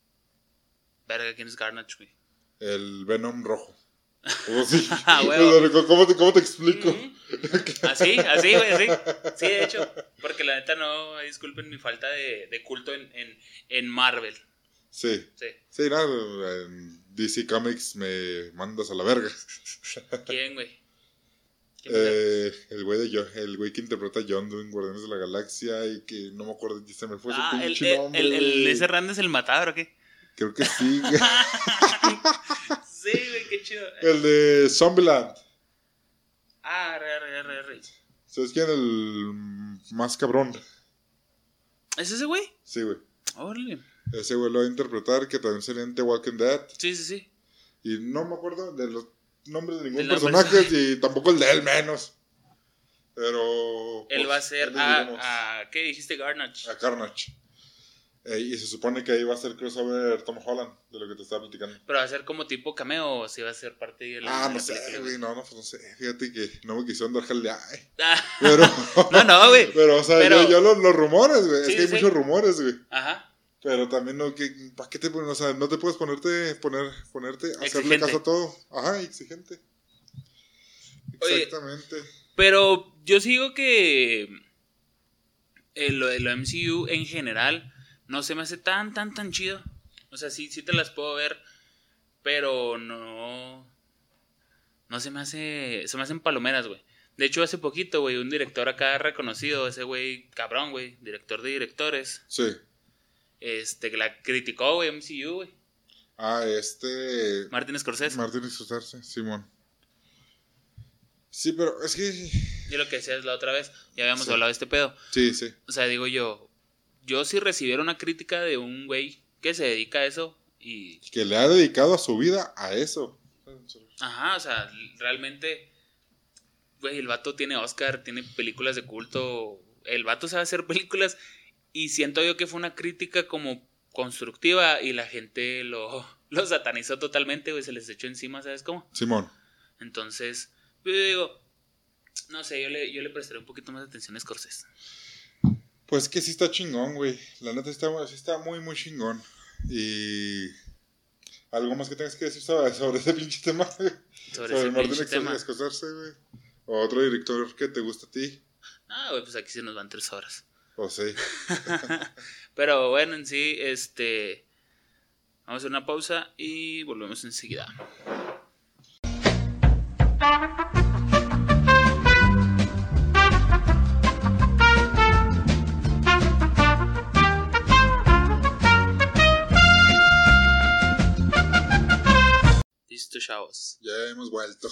Verga, ¿quién es Carnage, güey? El Venom rojo. ¿Cómo, sí? Ah, huevo. ¿Cómo, te, ¿Cómo te explico? Ujú. Así, así, güey, así. Sí, de hecho. Porque la neta no, disculpen mi falta de, de culto en, en, en Marvel. Sí. Sí. Sí, nada, en D C Comics me mandas a la verga. ¿Quién, güey? Eh, el güey de John, el güey que interpreta a Yondu en Guardianes de la Galaxia y que no me acuerdo, se me fue ah, su el, pinche nombre. El, el, el, ese Randy es el matador, ¿o qué? Creo que sí, güey. Sí, güey, qué chido. El de Zombieland. Ah, re, re, re, re. ¿Sabes quién? El más cabrón. ¿Es ese güey? Sí, güey. Órale. Ese güey lo va a interpretar, que también sería en The Walking Dead. Sí, sí, sí. Y no me acuerdo de los nombres de ningún De personaje personaje. y tampoco el de él menos. Pero... Él pues, va a ser ahí les diremos. a, a... ¿Qué dijiste? Garnage. A Carnage. Eh, y se supone que ahí va a ser crossover Tom Holland, de lo que te estaba platicando. Pero va a ser como tipo cameo o si va a ser parte de la... Ah, de no la sé, película, güey, no, no, pues no sé. Fíjate que no me quisieron dar jale. Ay. Ah. Pero... No, no, güey. Pero, o sea, Pero- yo, yo los, los rumores, güey. Sí, es que hay sí. muchos rumores, güey. Ajá. Pero también no, que, ¿para qué te pones? O sea, no te puedes ponerte, poner, ponerte, hacerle Exigente. caso a todo. Ajá, exigente. Oye, Exactamente. Pero yo sigo que eh, lo de lo M C U en general no se me hace tan, tan, tan chido. O sea, sí, sí te las puedo ver, pero no... No se me hace... Se me hacen palomeras, güey. De hecho, hace poquito, güey, un director acá reconocido, ese güey cabrón, güey, director de directores, Sí. este, que la criticó, güey, M C U, güey. Ah, este... Martin Scorsese. Martín Scorsese, Simón. Sí, pero es que... Y lo que decías la otra vez, ya habíamos Sí. hablado de este pedo. Sí, sí. O sea, digo yo, yo si recibiera una crítica de un güey que se dedica a eso y... Que le ha dedicado a su vida a eso. Ajá, o sea, realmente, güey, el vato tiene Oscar, tiene películas de culto, el vato sabe hacer películas y siento yo que fue una crítica como constructiva y la gente lo, lo satanizó totalmente, güey, se les echó encima, ¿sabes cómo? Simón. Entonces, yo digo, no sé, yo le, yo le prestaré un poquito más de atención a Scorsese. Pues que sí está chingón, güey. La neta está, sí está muy, muy chingón. Y... ¿Algo más que tengas que decir sobre, sobre ese pinche tema? Sobre, Sobre ese Martin pinche tema. Scorsese, güey. O otro director que te gusta a ti. Ah, güey, pues aquí se nos van tres horas. O sí. Pero bueno, en sí, este... Vamos a hacer una pausa y volvemos enseguida. Listo, chavos. Ya hemos vuelto.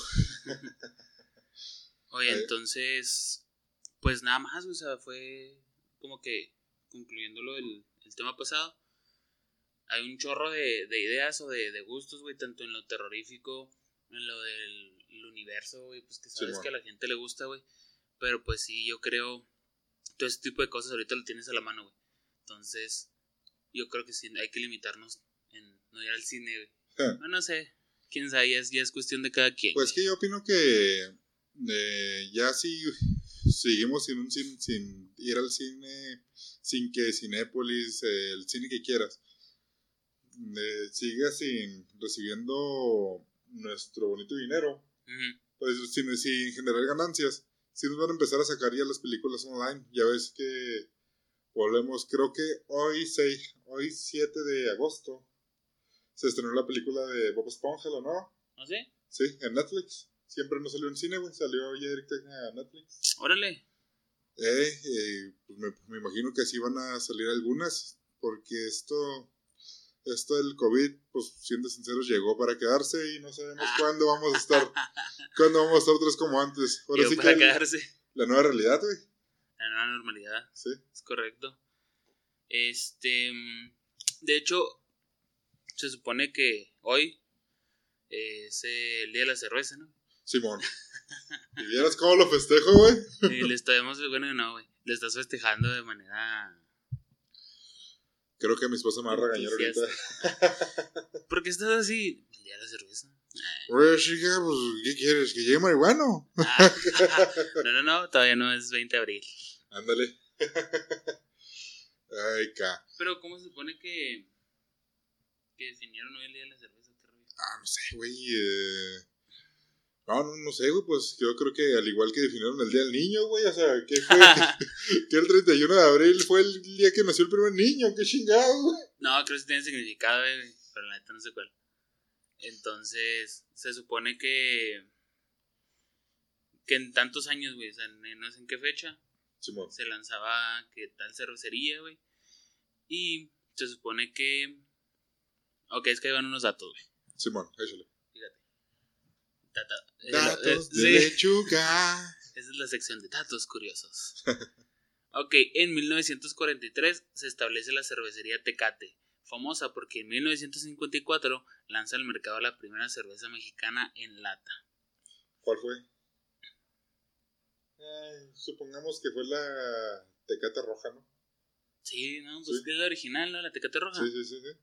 Oye, Eh. entonces, pues nada más, o sea, fue como que concluyéndolo el, el tema pasado. Hay un chorro de, de ideas o de, de gustos, güey, tanto en lo terrorífico, en lo del el universo, güey, pues que sabes Simón. que a la gente le gusta, güey. Pero pues sí, yo creo, todo ese tipo de cosas ahorita lo tienes a la mano, güey. Entonces, yo creo que sí, hay que limitarnos en no ir al cine, güey. Ja. No, no sé, quién sabe, ya es, ya es cuestión de cada quien. Pues que yo opino que eh, ya si seguimos sin, un, sin, sin ir al cine, sin que Cinépolis, eh, el cine que quieras, eh, siga sin recibiendo nuestro bonito dinero, Ujú. pues sin, sin generar ganancias, si nos van a empezar a sacar ya las películas online. Ya ves que volvemos, creo que hoy, seis, hoy siete de agosto se estrenó la película de Bob Esponja, ¿o no? ¿No sé? Sí, en Netflix. Siempre no salió en cine, güey, salió ya directo a Netflix. Órale. Eh, eh, pues me, me imagino que así van a salir algunas, porque esto, esto del COVID, pues siendo sinceros, llegó para quedarse y no sabemos cuándo vamos a estar, cuándo vamos a estar otra vez como antes. Ahora Llegó sí para que quedarse. la nueva realidad, güey. La nueva normalidad. Sí. Es correcto. Este. mm, De hecho, se supone que hoy eh, es el día de la cerveza, ¿no? Simón. ¿Y vieras cómo lo festejo, güey? Y le estamos. Bueno, no, güey. Le estás festejando de manera. Creo que mi esposa me va a regañar ahorita. ¿Por qué estás así? El día de la cerveza. Oye, chica, pues, ¿qué quieres? ¿Que llegue marihuano? Ah, no, no, no. Todavía no es veinte de abril. Ándale. Ay, ca. Pero, ¿cómo se supone que. que definieron hoy el día de la cerveza? ¿Qué rollo? Ah, no sé, güey. Eh... No, no, no sé, güey. Pues yo creo que al igual que definieron el Día del Niño, güey. O sea, ¿qué fue? Que el treinta y uno de abril fue el día que nació el primer niño. ¡Qué chingado, güey! No, creo que sí tiene significado, güey, pero la neta no sé cuál. Entonces, se supone que que en tantos años, güey, o sea, no sé en qué fecha, Simón. se lanzaba que tal cervecería, güey. Y se supone que... Ok, es que ahí van unos datos, güey. Simón, échale. Fíjate. Data, eh, Datos eh, de sí. lechuga. Esa es la sección de datos curiosos. Ok, en mil novecientos cuarenta y tres se establece la cervecería Tecate, famosa porque en mil novecientos cincuenta y cuatro lanza al mercado la primera cerveza mexicana en lata. ¿Cuál fue? Eh, supongamos que fue la Tecate Roja, ¿no? Sí, no, pues Sí. que es la original, ¿no? La Tecate Roja. Sí, sí, sí, sí.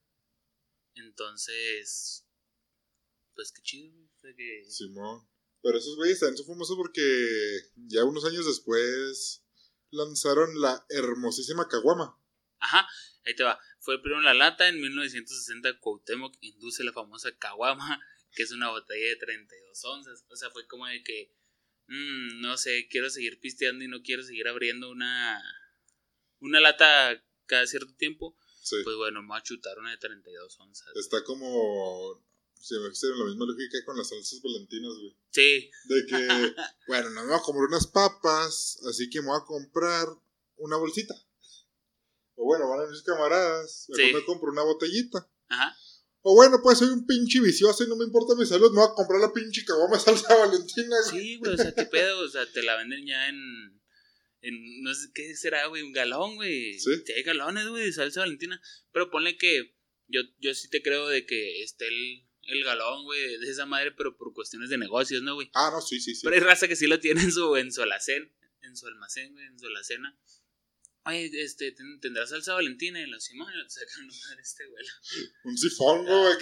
Entonces, pues qué chido, güey. O sea que... Simón. Pero esos güeyes también son famosos porque ya unos años después lanzaron la hermosísima caguama. Ajá, ahí te va. Fue primero la lata, en mil novecientos sesenta Cuauhtémoc induce la famosa caguama, que es una botella de treinta y dos onzas. O sea, fue como de que, mmm, no sé, quiero seguir pisteando y no quiero seguir abriendo una, una lata cada cierto tiempo. Sí. Pues bueno, me voy a chutar una de treinta y dos onzas. Está como... Se me hace la misma lógica con las salsas valentinas, güey. Sí. De que, bueno, no me voy a comprar unas papas, así que me voy a comprar una bolsita. O bueno, van a mis camaradas, mejor Sí. me compro una botellita. Ajá. O bueno, pues soy un pinche vicioso y no me importa mi salud, me voy a comprar la pinche caguama de salsa valentina, güey. Sí, güey, o sea, qué pedo, o sea, te la venden ya en... En, no sé qué será, güey, un galón, güey. Sí. Sí, hay galones, güey, de salsa valentina. Pero ponle que yo, yo sí te creo de que esté el, el galón, güey, de esa madre, pero por cuestiones de negocios, ¿no, güey? Ah, no, sí, sí, sí. Pero hay raza que sí lo tiene en su, en su alacén, en su almacén, güey, en su alacena. Oye, este, ¿ten- ¿tendrá salsa valentina? Y lo decimos, o sea, que no madre este, güey. Un sifón, güey.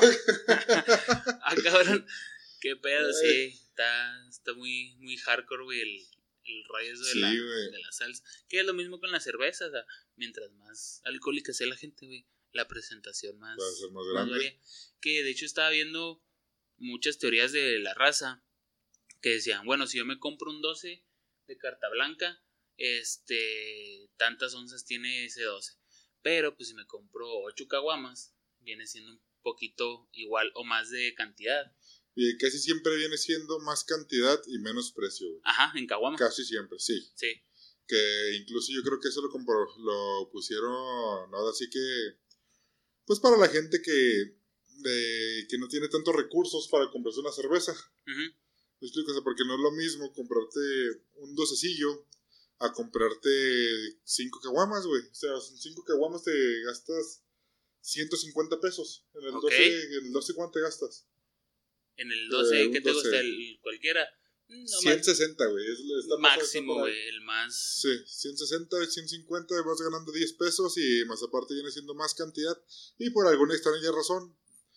Ah, cabrón, qué pedo, sí. Está, está muy, muy hardcore, güey, el... el rollo eso de, Sí, la, güey. de la salsa. Que es lo mismo con la cerveza, o sea, mientras más alcohólica sea la gente, güey, la presentación más, Va a ser más más grande. varía. Que de hecho estaba viendo muchas teorías de la raza que decían, bueno, si yo me compro un doce de carta blanca, este, tantas onzas tiene ese doce. Pero pues si me compro ocho caguamas, viene siendo un poquito igual o más de cantidad. Y casi siempre viene siendo más cantidad y menos precio, güey. Ajá, en caguama. Casi siempre, sí. Sí. Que incluso yo creo que eso lo, compro, lo pusieron, ahora sí que, pues para la gente que, de, que no tiene tantos recursos para comprarse una cerveza. Uh-huh. ¿Me explico? O sea, porque no es lo mismo comprarte un docecillo a comprarte cinco caguamas, güey. O sea, en cinco caguamas te gastas ciento cincuenta pesos. En el, Ok. doce, en el doce, ¿cuánto te gastas? En el doce, Eh, ¿qué un te doce. gusta? El cualquiera. No, ciento sesenta, güey. Es, está más máximo, por ahí. güey, el más. Sí, ciento sesenta, ciento cincuenta, vas ganando diez pesos y más aparte viene siendo más cantidad. Y por alguna extraña razón,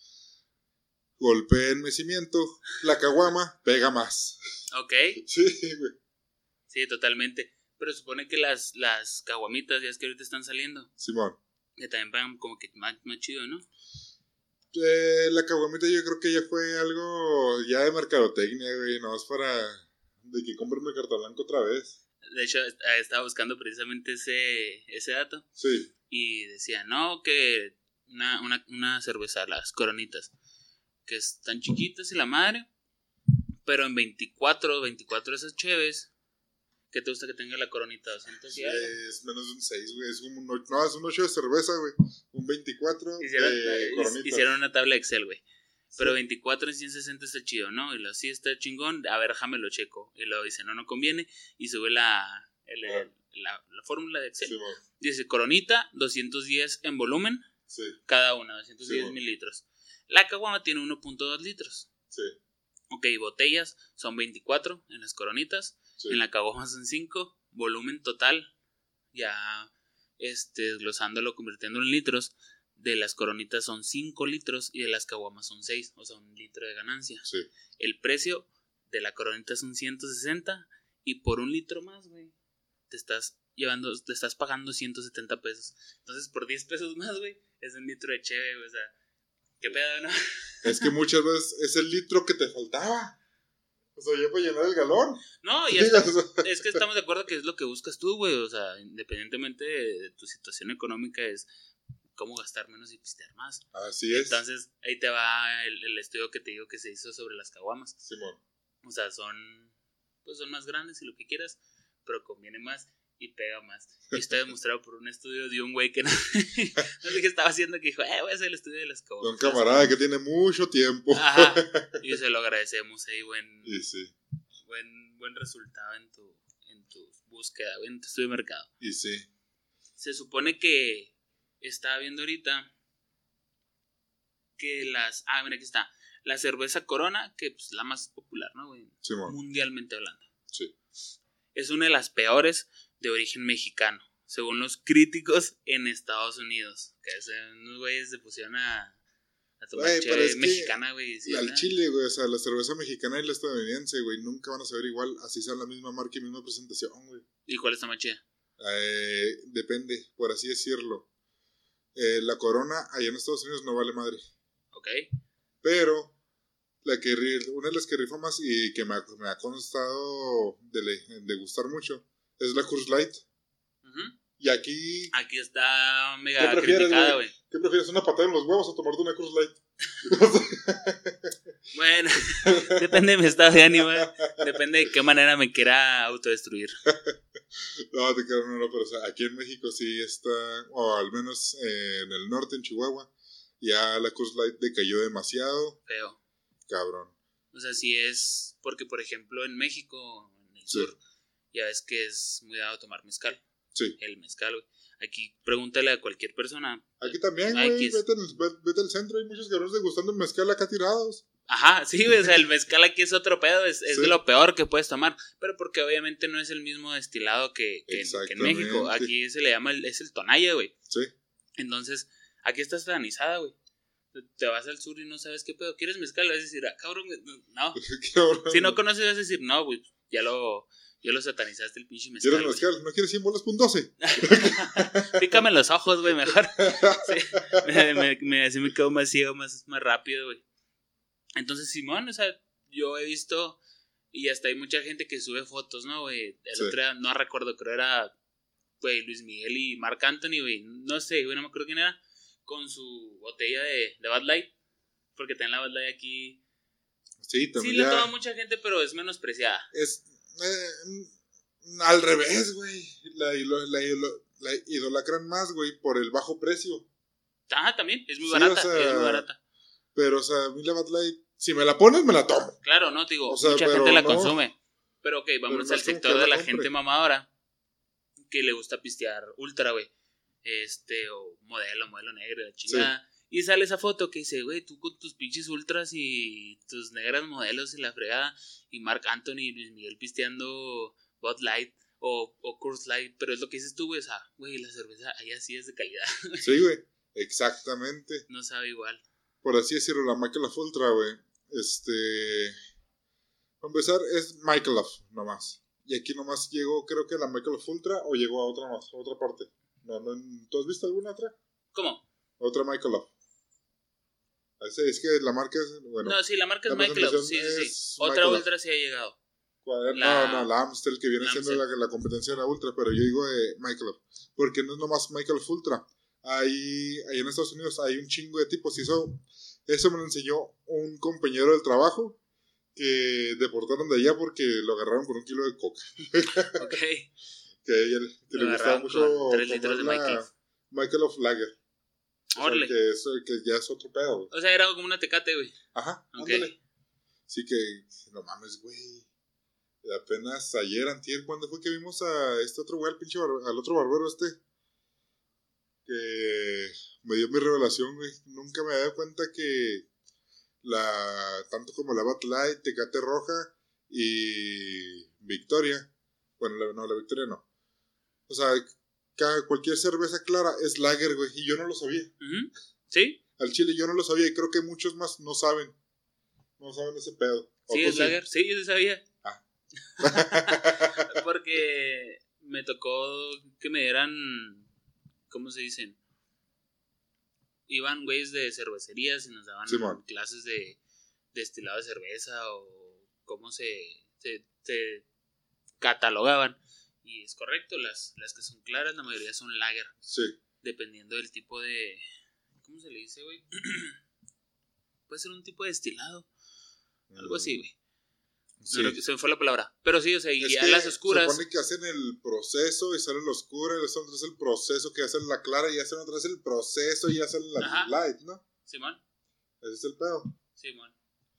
golpe en mecimiento, la caguama pega más. Ok, Sí, güey. sí, totalmente. Pero supone que las, las caguamitas, ya es que ahorita están saliendo, Simón. que también pagan como que más, más chido, ¿no? Eh, la caguamita yo creo que ya fue algo ya de mercadotecnia, güey, no es para de que compren mi carta blanca otra vez. De hecho, eh, estaba buscando precisamente ese, ese dato. Sí, Y decía, no, que una, una, una cerveza, las coronitas, que están chiquitas y la madre, pero en veinticuatro, veinticuatro de esas cheves, ¿qué te gusta que tenga la coronita? doscientos y algo. es menos de un seis, güey, es como un ocho, no, es un ocho de cerveza, güey, un veinticuatro Hicieron, de eh, coronitas. hicieron una tabla Excel, güey. Pero Sí. veinticuatro en ciento sesenta está chido, ¿no? Y lo sí está chingón. A ver, déjame lo checo. Y luego dice, no, no conviene. Y sube la, el- Ah. la, la fórmula de Excel. Sí, bueno, Dice, coronita, doscientos diez en volumen, sí, cada una, doscientos diez Sí, bueno. mililitros. La caguama tiene uno punto dos litros. sí, Ok, botellas son veinticuatro en las coronitas. sí. En la caguama son cinco. Volumen total, ya este, desglosándolo, convirtiéndolo en litros. De las coronitas son cinco litros y de las caguamas son seis, o sea, un litro de ganancia. Sí. El precio de la coronita son ciento sesenta y por un litro más, güey, te estás llevando, te estás pagando ciento setenta pesos. Entonces, por diez pesos más, güey, es un litro de cheve, güey, o sea, qué pedo, ¿no? Es que muchas veces es el litro que te faltaba. O sea, ya para llenar el galón. No, y Sí, hasta, o sea, es que estamos de acuerdo que es lo que buscas tú, güey, o sea, independientemente de, de tu situación económica, es cómo gastar menos y pistear más. Así es. Entonces, ahí te va el, el estudio que te digo que se hizo sobre las caguamas. Simón. O sea, son pues son más grandes y lo que quieras, pero conviene más y pega más. Y está demostrado por un estudio de un güey que no, no sé qué estaba haciendo, que dijo, eh, voy a hacer el estudio de las caguamas. Un camarada que tiene mucho tiempo. Ajá, y se lo agradecemos ahí, buen, y sí. buen, buen resultado en tu, en tu búsqueda, güey, en tu estudio de mercado. Y sí. Se supone que estaba viendo ahorita que las, ah, mira, aquí está, la cerveza Corona, que es pues, la más popular, ¿no, güey? Sí, mundialmente hablando. Sí. Es una de las peores de origen mexicano, según los críticos en Estados Unidos. Que es, unos güeyes se pusieron a, a tomar Güey, pero cheve es mexicana, güey. que al chile, güey, o sea, la cerveza mexicana y la estadounidense, güey, nunca van a saber igual, así sean la misma marca y misma presentación, güey. ¿Y cuál está más chida? Eh, depende, por así decirlo. Eh, la Corona allá en Estados Unidos no vale madre. Ok. Pero la que una de las que rifa más y que me ha, me ha constado de, de gustar mucho es la Coors Light. Uh-huh. Y aquí... Aquí está mega criticada, güey. ¿Qué prefieres, una patada en los huevos o tomarte una Coors Light? Bueno, depende de mi estado de ánimo, ¿eh? Depende de qué manera me quiera autodestruir. No, te quiero, no, no, pero o sea, aquí en México sí está, o al menos eh, en el norte, en Chihuahua, ya la Coors Light decayó demasiado. Feo. Cabrón. O sea, sí es, porque por ejemplo en México, en el sí. sur, ya ves que es muy dado tomar mezcal. Sí. El mezcal, güey. Aquí pregúntale a cualquier persona. Aquí también, güey, vete, al, vete al centro, hay muchos cabrones degustando el mezcal acá tirados. Ajá, sí, güey, o sea, el mezcal aquí es otro pedo, es, es sí. de lo peor que puedes tomar, pero porque obviamente no es el mismo destilado que, que, que en México. Aquí se le llama, el, es el tonalla, güey. Sí. Entonces, aquí está satanizada, güey. Te vas al sur y no sabes qué pedo, ¿quieres mezcal? Vas a decir, ah, cabrón, no. Cabrón. Si no conoces, vas a decir, no, güey, ya lo... Ya lo satanizaste el pinche mezcal. ¿Quieres mezcal? ¿No quieres cien bolas por doce? Pícame los ojos, güey, mejor. Sí, me, me, me, así me quedo más ciego, más, más rápido, güey. Entonces, Simón, o sea, yo he visto, y hasta hay mucha gente que sube fotos, ¿no, güey? El sí. otro día, no recuerdo, creo era, güey, Luis Miguel y Marc Anthony, güey. No sé, güey, no me acuerdo quién era. Con su botella de, de Bud Light. Porque también la Bud Light aquí. Sí, también. Sí, la toma mucha gente, pero es menospreciada. Es. Eh, al revés, güey. La, la, la, la idolacran más, güey, por el bajo precio. Ah, también, es muy barata, sí, o sea, es muy barata. Pero, o sea, a mí la Bud Light, si me la pones, me la tomo. Claro, no, te digo, o sea, mucha gente la no, consume. Pero, ok, vámonos al sector de la compre. gente mamadora que le gusta pistear ultra, güey. Este, o modelo, modelo negro, la chingada. Sí. Y sale esa foto que dice, güey, tú con tus pinches ultras y tus negras modelos y la fregada. Y Marc Anthony y Luis Miguel pisteando Bud Light o, o Coors Light. Pero es lo que dices tú, güey, o sea, güey, la cerveza allá sí es de calidad. Sí, güey, exactamente. No sabe igual. Por así decirlo, la Michelob Ultra, güey, este... Para empezar, es Michelob nomás. Y aquí nomás llegó, creo que la Michelob Ultra o llegó a otra más, a otra parte. No, no, ¿tú has visto alguna otra? ¿Cómo? Otra Michelob. Es que la marca es, bueno... No, sí, la marca es Michelob, sí, sí, sí. Otra Michelob. Ultra sí ha llegado. ¿Cuál? La, no, no, la Amstel, que viene siendo la, la competencia de la Ultra, pero yo digo eh, Michelob. Porque no es nomás Michelob Ultra. Ahí, ahí en Estados Unidos hay un chingo de tipos. Y eso, eso me lo enseñó un compañero del trabajo que deportaron de allá porque lo agarraron con un kilo de coca. Ok. Que a ella que le gustaba mucho tres litros de la Michelob Lager. Órale. O sea, que, eso, que ya es otro pedo, güey. O sea, era como una Tecate, güey. Ajá, okay. Ándale. Sí que, no mames, güey. Apenas ayer, antier, ¿cuándo fue que vimos a este otro güey, al pinche bar- al otro barbero este? Que me dio mi revelación, güey. Nunca me había dado cuenta que la, tanto como la Bud Light, Tecate Roja y Victoria, bueno, la, no, la Victoria no. O sea, cada, cualquier cerveza clara es lager, güey, y yo no lo sabía. Uh-huh. ¿Sí? Al chile yo no lo sabía y creo que muchos más no saben. No saben ese pedo. Sí, es sí? lager, sí, yo sí sabía. Ah. Porque me tocó que me dieran, ¿cómo se dicen? Iban güeyes de cervecerías y nos daban sí, clases de destilado de cerveza o cómo se, se, se catalogaban. Y es correcto, las, las que son claras, la mayoría son lager. Sí. Dependiendo del tipo de... ¿Cómo se le dice, güey? Puede ser un tipo de destilado. Algo así, güey. Sí. No, se me fue la palabra. Pero sí, o sea, y es ya que las oscuras. Se supone que hacen el proceso y sale la oscura, y después otra vez el proceso que hacen la clara, y hacen otra vez el proceso y hacen la Ajá. light, ¿no? Simón. Ese es el pedo. Simón.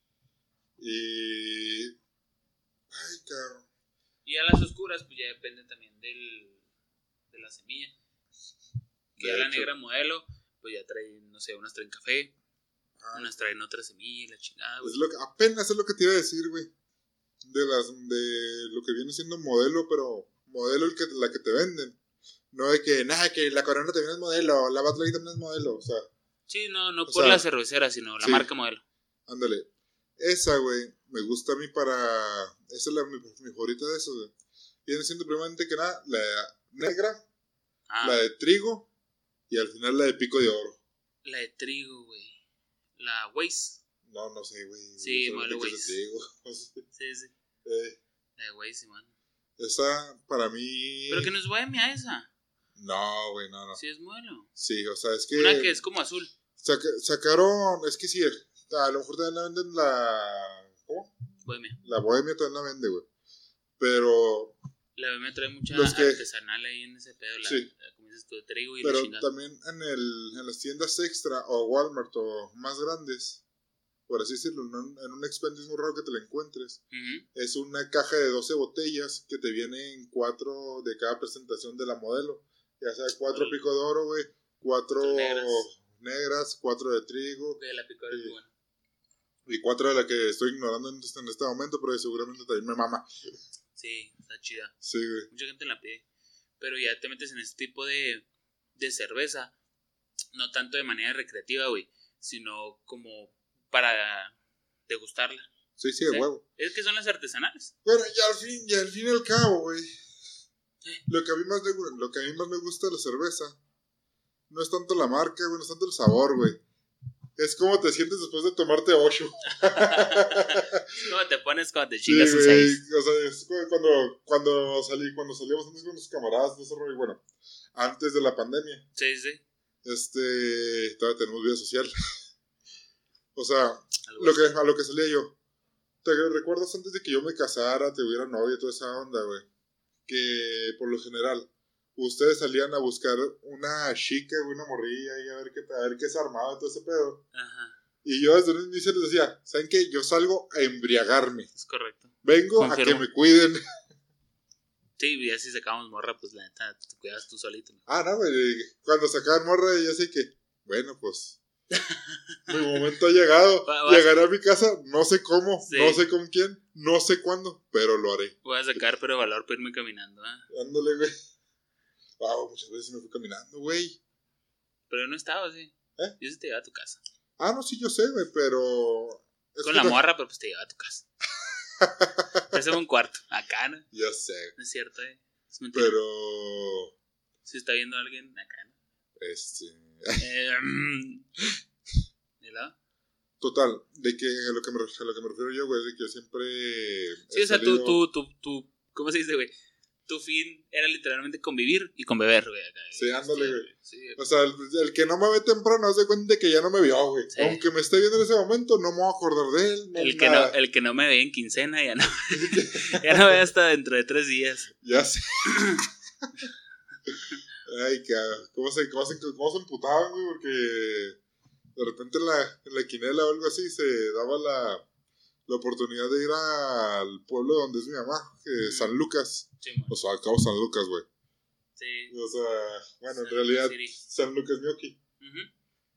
Y. Ay, cabrón. Y a las oscuras, pues ya depende también del. de la semilla. Que ya la negra modelo, pues ya trae, no sé, unas traen café. Ah. Unas traen otra semilla y la chingada, güey. Es lo que, apenas es lo que te iba a decir, güey. De las de lo que viene siendo modelo, pero modelo el que la que te venden. No de que, nada, que la Corona también es modelo, la Bud Light también es modelo, o sea. Sí, no, no por sea, la cervecera, sino la sí, marca modelo. Ándale. Esa, güey, me gusta a mí para... Esa es la, mi, mi favorita de esos, güey. Viene siendo primeramente que nada, la negra, ah. la de trigo y al final la de pico de oro. La de trigo, güey. La Weiss. No, no sé, güey. Sí, modelo Weiss. Sí, sí. Eh. La de Weiss, sí, man. Esa, para mí... Pero que no es bohemia esa. No, güey, no, no. Sí es modelo. Sí, o sea, es que... Una que es como azul. Saca, sacaron... Es que sí, a lo mejor también la venden la... ¿Cómo? Bohemia. La bohemia también la vende, güey. Pero... La bohemia trae mucha que, artesanal ahí en ese pedo. La, sí. La, como dices tú, de trigo y pero la chingada. También en, el, en las tiendas extra o Walmart o más grandes, por así decirlo, en, en un expendio muy raro que te la encuentres, uh-huh. es una caja de doce botellas que te vienen cuatro de cada presentación de la modelo. Ya sea cuatro el, pico de oro, güey, cuatro negras. negras, cuatro de trigo. De la pico de oro, bueno. Y cuatro de la que estoy ignorando en este, en este momento, pero seguramente también me mama. Sí, está chida. Sí, güey. Mucha gente la pide. Pero ya te metes en este tipo de, de cerveza, no tanto de manera recreativa, güey, sino como para degustarla. Sí, sí, de ¿sí? huevo. Es que son las artesanales. Bueno, y al fin, y al fin y al cabo, güey. ¿Eh? Lo que a mí más me, lo que a mí más me gusta de la cerveza no es tanto la marca, güey, no es tanto el sabor, güey. Es como te sientes después de tomarte ocho. ¿Cómo te pones cuando te chingas sí, un seis? O sea, es cuando, cuando, salí, cuando salíamos antes con los camaradas, ese rollo, bueno, antes de la pandemia. Sí, sí. Este, todavía tenemos vida social. O sea, lo que, a lo que salía yo. ¿Te recuerdas antes de que yo me casara, te hubiera novia y toda esa onda, güey? Que por lo general ustedes salían a buscar una chica, una morrilla y a ver qué, a ver qué se armaba todo ese pedo. Ajá. Y yo desde un inicio les decía, ¿saben qué? Yo salgo a embriagarme. Es correcto. Vengo Confirmo. a que me cuiden. Sí, y así sacamos morra, pues la neta, te cuidas tú solito, ¿no? Ah, no, güey. Cuando sacaban morra, yo sé que, bueno, pues mi momento ha llegado. Llegaré a mi casa, no sé cómo, sí. no sé con quién, no sé cuándo, pero lo haré. Voy a sacar, pero valor para irme caminando, ¿eh? Ándale, güey. Wow, muchas veces me fui caminando, güey. Pero yo no estaba, sí. ¿Eh? Yo sí te llevaba a tu casa. Ah, no, sí, yo sé, güey, pero... Es Con la no... morra, pero pues te llevaba a tu casa. Ese es un cuarto, acá, ¿no? Ya sé. No es cierto, ¿eh? Es mentira. Pero... Si está viendo a alguien acá, ¿no? Este... eh, ¿De lado? Total, de que a lo que me, a lo que me refiero yo, güey, es de que yo siempre... Sí, o sea, salido... tú, tú, tú, tú... ¿Cómo se dice, güey? Tu fin era literalmente convivir y con beber, güey. Sí, ándale, güey. Sí, o sea, el, el que no me ve temprano se cuenta de que ya no me vio, güey. Sí. Aunque me esté viendo en ese momento, no me voy a acordar de él. No el, que no, el que no me ve en quincena ya no, ya no ve hasta dentro de tres días. Ya sé. Ay, cabrón. ¿Cómo se, cómo, se, ¿Cómo se emputaban, güey? Porque de repente en la, en la quinela o algo así se daba la... la oportunidad de ir al pueblo donde es mi mamá, eh, San Lucas. Sí, o sea, al cabo San Lucas, güey. Sí. O sea, bueno, San en realidad City. San Lucas Mioki. Uh-huh.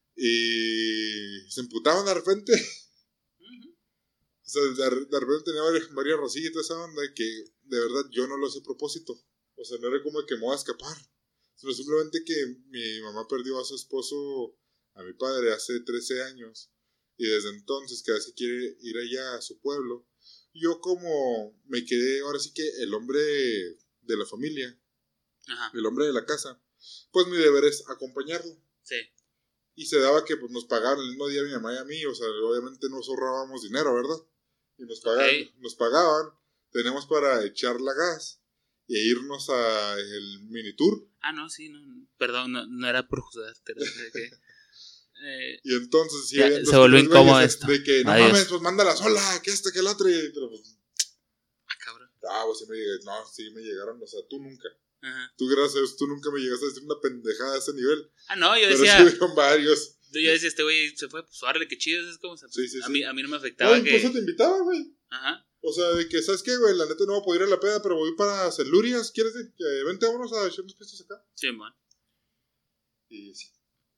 Y se emputaban de repente. Uh-huh. O sea, de, de repente tenía varias, varias rosillas y toda esa onda que de verdad yo no lo hacía a propósito. O sea, no era como que me voy a escapar. Sino simplemente que mi mamá perdió a su esposo, a mi padre, hace trece años. Y desde entonces, cada vez que quiere ir allá a su pueblo, yo como me quedé, ahora sí que el hombre de la familia, Ajá. el hombre de la casa, pues mi deber es acompañarlo. Sí. Y se daba que pues, nos pagaban el mismo día a mi mamá y a mí, o sea, obviamente nos ahorrábamos dinero, ¿verdad? Y nos pagaban, okay. nos pagaban, tenemos para echar la gas e irnos a el mini tour. Ah, no, sí, no, perdón, no, no era por juzgarte, era que... Eh, y entonces sí, ya, se volvió incómodo esto. De que no Adiós. Mames, pues mándala sola, que este, que el otro. Y, pero pues, Ah, pues sí me llegaron. No, sí me llegaron. O sea, tú nunca. Ajá. Tú, gracias a Dios, tú nunca me llegaste a decir una pendejada a ese nivel. Ah, no, yo pero decía. Pero sí hubieron varios. Yo decía, este güey se fue, pues órale, qué chido. Es como, o sea, sí, sí, a, sí. Mí, a mí no me afectaba. No, que... incluso te invitaba, güey. Ajá. O sea, de que, ¿sabes qué, güey? La neta no voy a poder ir a la peda, pero voy para Celurias. ¿Quieres ir? Que vente, vámonos a echar unos pistos acá. Sí, man. Y sí.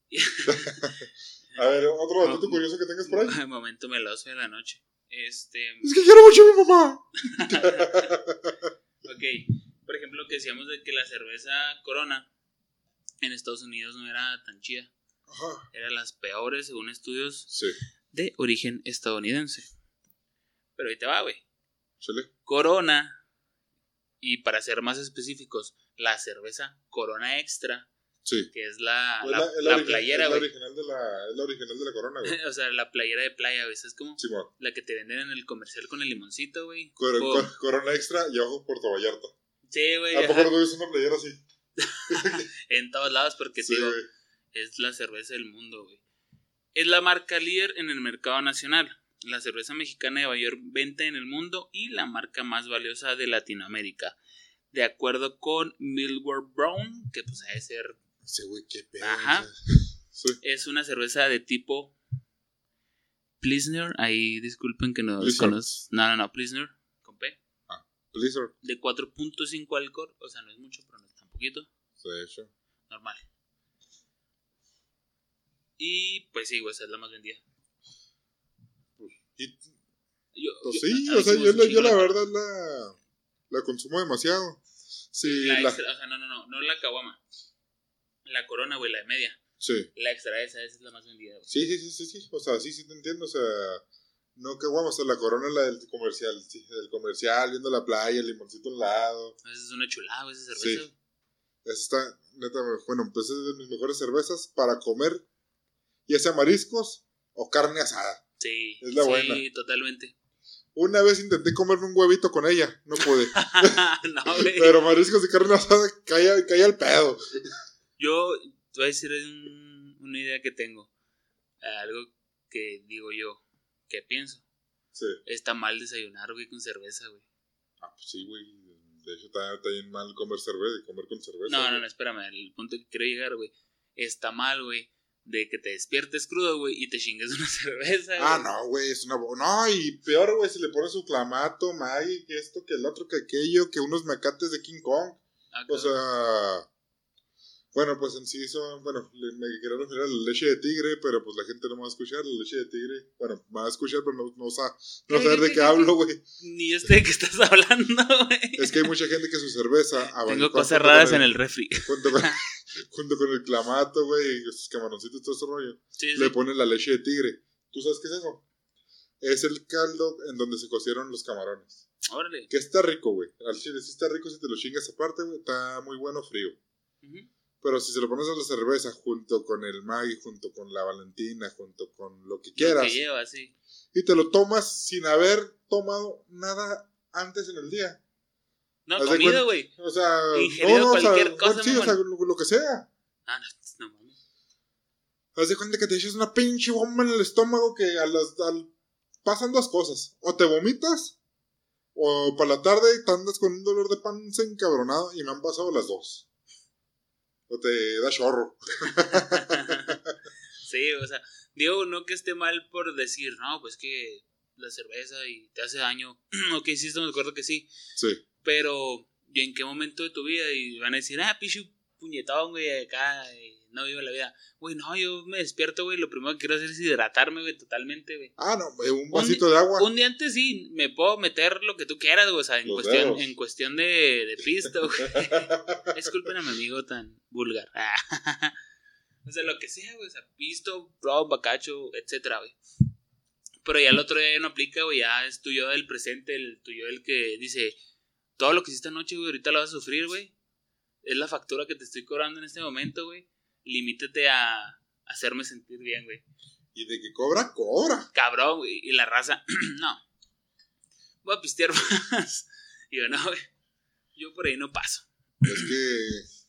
A ver, otro datito curioso que tengas por ahí. Momento meloso de la noche. Este. Es que quiero mucho a mi mamá. Ok. Por ejemplo, que decíamos de que la cerveza Corona en Estados Unidos no era tan chida. Ajá. Era las peores según estudios sí. de origen estadounidense. Pero ahí te va, güey. Chale. Corona, y para ser más específicos, la cerveza Corona Extra. Sí. Que es la, pues la, la, la, la, la playera, güey. Es, la, es la original de la Corona, güey. O sea, la playera de playa, güey. Es como sí, la que te venden en el comercial con el limoncito, güey. Cor cor Corona Extra y abajo Puerto Vallarta. Sí, güey. ¿A poco no tuviste una playera así? En todos lados, porque sí, digo, es la cerveza del mundo, güey. Es la marca líder en el mercado nacional. La cerveza mexicana de mayor venta en el mundo y la marca más valiosa de Latinoamérica. De acuerdo con Millward Brown, que pues ha de ser... Sí, güey, qué pedo. Ajá. Sí. Es una cerveza de tipo Pilsner. Ahí disculpen que no desconozco. No, no, no, Pilsner con P. Ah, Blizzard. De cuatro punto cinco alcohol. O sea, no es mucho, pero no es tan poquito. De hecho. Normal. Y pues sí, güey, esa es la más vendida. Y, yo, pues yo, sí, o sea, yo, la, yo la verdad la, la consumo demasiado. Sí, la la... extra, o sea, no, no, no, no la caguama. La Corona, güey, la de media. Sí. La extra, esa, esa es la más vendida, güey. Sí, sí, sí, sí, sí. O sea, sí, sí te entiendo. O sea, no caguama, o sea, la Corona es la del comercial. Sí, del comercial, viendo la playa, el limoncito al lado. Esa es una chulada, güey, esa cerveza. Sí. Esa está, neta, bueno, pues es de mis mejores cervezas para comer, ya sea mariscos o carne asada. Sí, es la sí, buena. totalmente. Una vez intenté comerme un huevito con ella, no pude. No, güey. Pero mariscos y carne asada caía, caía el pedo. Yo te voy a decir un, una idea que tengo. Algo que digo yo, que pienso. Sí. Está mal desayunar, güey, con cerveza, güey. Ah, pues sí, güey. De hecho, está, está bien mal comer cerveza y comer con cerveza. No, no, no, espérame. El punto que quiero llegar, güey. Está mal, güey, de que te despiertes crudo, güey, y te chingues una cerveza. Ah, güey. no, güey, es una... No, y peor, güey, si le pones su clamato, Maggi, que esto, que el otro, que aquello, que unos mecates de King Kong. Ah, o sea... Bueno, pues en sí son... Bueno, me quería referir a la leche de tigre, pero pues la gente no me va a escuchar. La leche de tigre... Bueno, me va a escuchar, pero no, no, o sea, no va a saber de qué hablo, güey. Ni yo sé de qué estás hablando, güey. Es que hay mucha gente que su cerveza... Tengo cosas raras el, en el refri. Junto con, junto con el clamato, güey, esos camaroncitos, todo ese rollo. Sí, le sí. ponen la leche de tigre. ¿Tú sabes qué es eso? Es el caldo en donde se cocieron los camarones. Órale. Que está rico, güey. Al chile sí está rico si te lo chingas aparte, güey. Está muy bueno frío. Uh-huh. Pero si se lo pones a la cerveza junto con el Maggi, junto con la Valentina, junto con lo que quieras. Lo que lleva, sí. Y te lo tomas sin haber tomado nada antes en el día. No, comida, güey. O sea, ingerido no, no, cualquier o sea, cosa, bueno, sí, o sea, lo, lo que sea. Ah, no, no mames. Haz de cuenta que te echas una pinche bomba en el estómago que a las, al, pasan dos cosas. O te vomitas, o para la tarde te andas con un dolor de panza encabronado, y me han pasado las dos. O te da chorro. Sí, o sea, digo, no que esté mal por decir, no, pues que la cerveza y te hace daño. Ok, sí, esto me acuerdo que sí. Sí. Pero, ¿y en qué momento de tu vida? Y van a decir, ah, pichu, puñetón, güey, acá, y no vivo la vida. Güey, no, yo me despierto, güey, lo primero que quiero hacer es hidratarme, güey, totalmente, güey. Ah, no, un vasito un, de agua. Un día antes sí, me puedo meter lo que tú quieras, güey, o sea, en Los cuestión dedos. en cuestión de, de pisto, güey. Disculpen a mi amigo tan vulgar. O sea, lo que sea, güey, o sea, pisto, ron, bacacho, etcétera, güey. Pero ya el otro día ya no aplica, güey, ya es tu yo del presente, el tuyo del que dice, todo lo que hiciste anoche, güey, ahorita lo vas a sufrir, güey. Es la factura que te estoy cobrando en este momento, güey. Limítate a hacerme sentir bien, güey. Y de que cobra, cobra. Cabrón, güey. Y la raza, no. Voy a pistear más. Y yo, no, güey. Yo por ahí no paso. Es que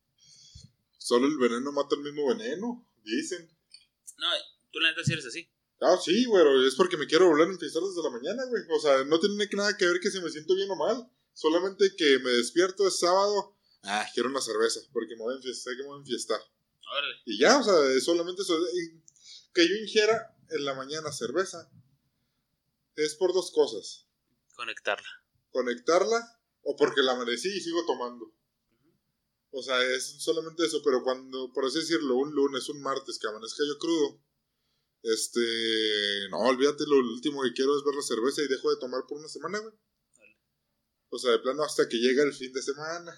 solo el veneno mata el mismo veneno, dicen. No, tú la neta sí eres así. Ah, sí, güey, es porque me quiero volver a enfiestar desde la mañana, güey. O sea, no tiene nada que ver que si me siento bien o mal. Solamente que me despierto, es sábado. Ah, quiero una cerveza, porque me voy a enfiestar, que me voy a enfiestar. Órale. Y ya, o sea, es solamente eso. Que yo ingiera en la mañana cerveza es por dos cosas. Conectarla. Conectarla o porque la amanecí y sigo tomando. O sea, es solamente eso. Pero cuando, por así decirlo, un lunes, un martes que amanezca yo crudo, este, no, olvídate, lo último que quiero es ver la cerveza y dejo de tomar por una semana, güey. Vale. O sea, de plano hasta que llega el fin de semana.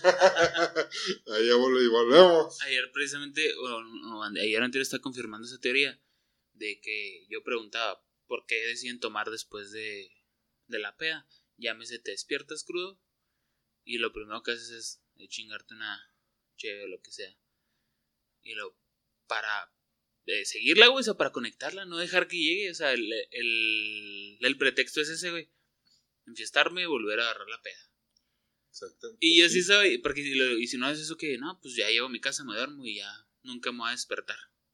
Ahí ya vol- y volvemos. Ayer precisamente, o, o ayer antes está confirmando esa teoría de que yo preguntaba por qué deciden tomar después de, de la peda. Llámese, te despiertas crudo y lo primero que haces es de chingarte una cheve o lo que sea. Y lo para eh, seguirla, güey, o sea, para conectarla, no dejar que llegue. O sea, el, el, el pretexto es ese, güey. Enfiestarme y volver a agarrar la peda. Exacto. Y yo sí soy, porque si, lo, y si no haces eso, que no, pues ya llego a mi casa, me duermo y ya nunca me voy a despertar.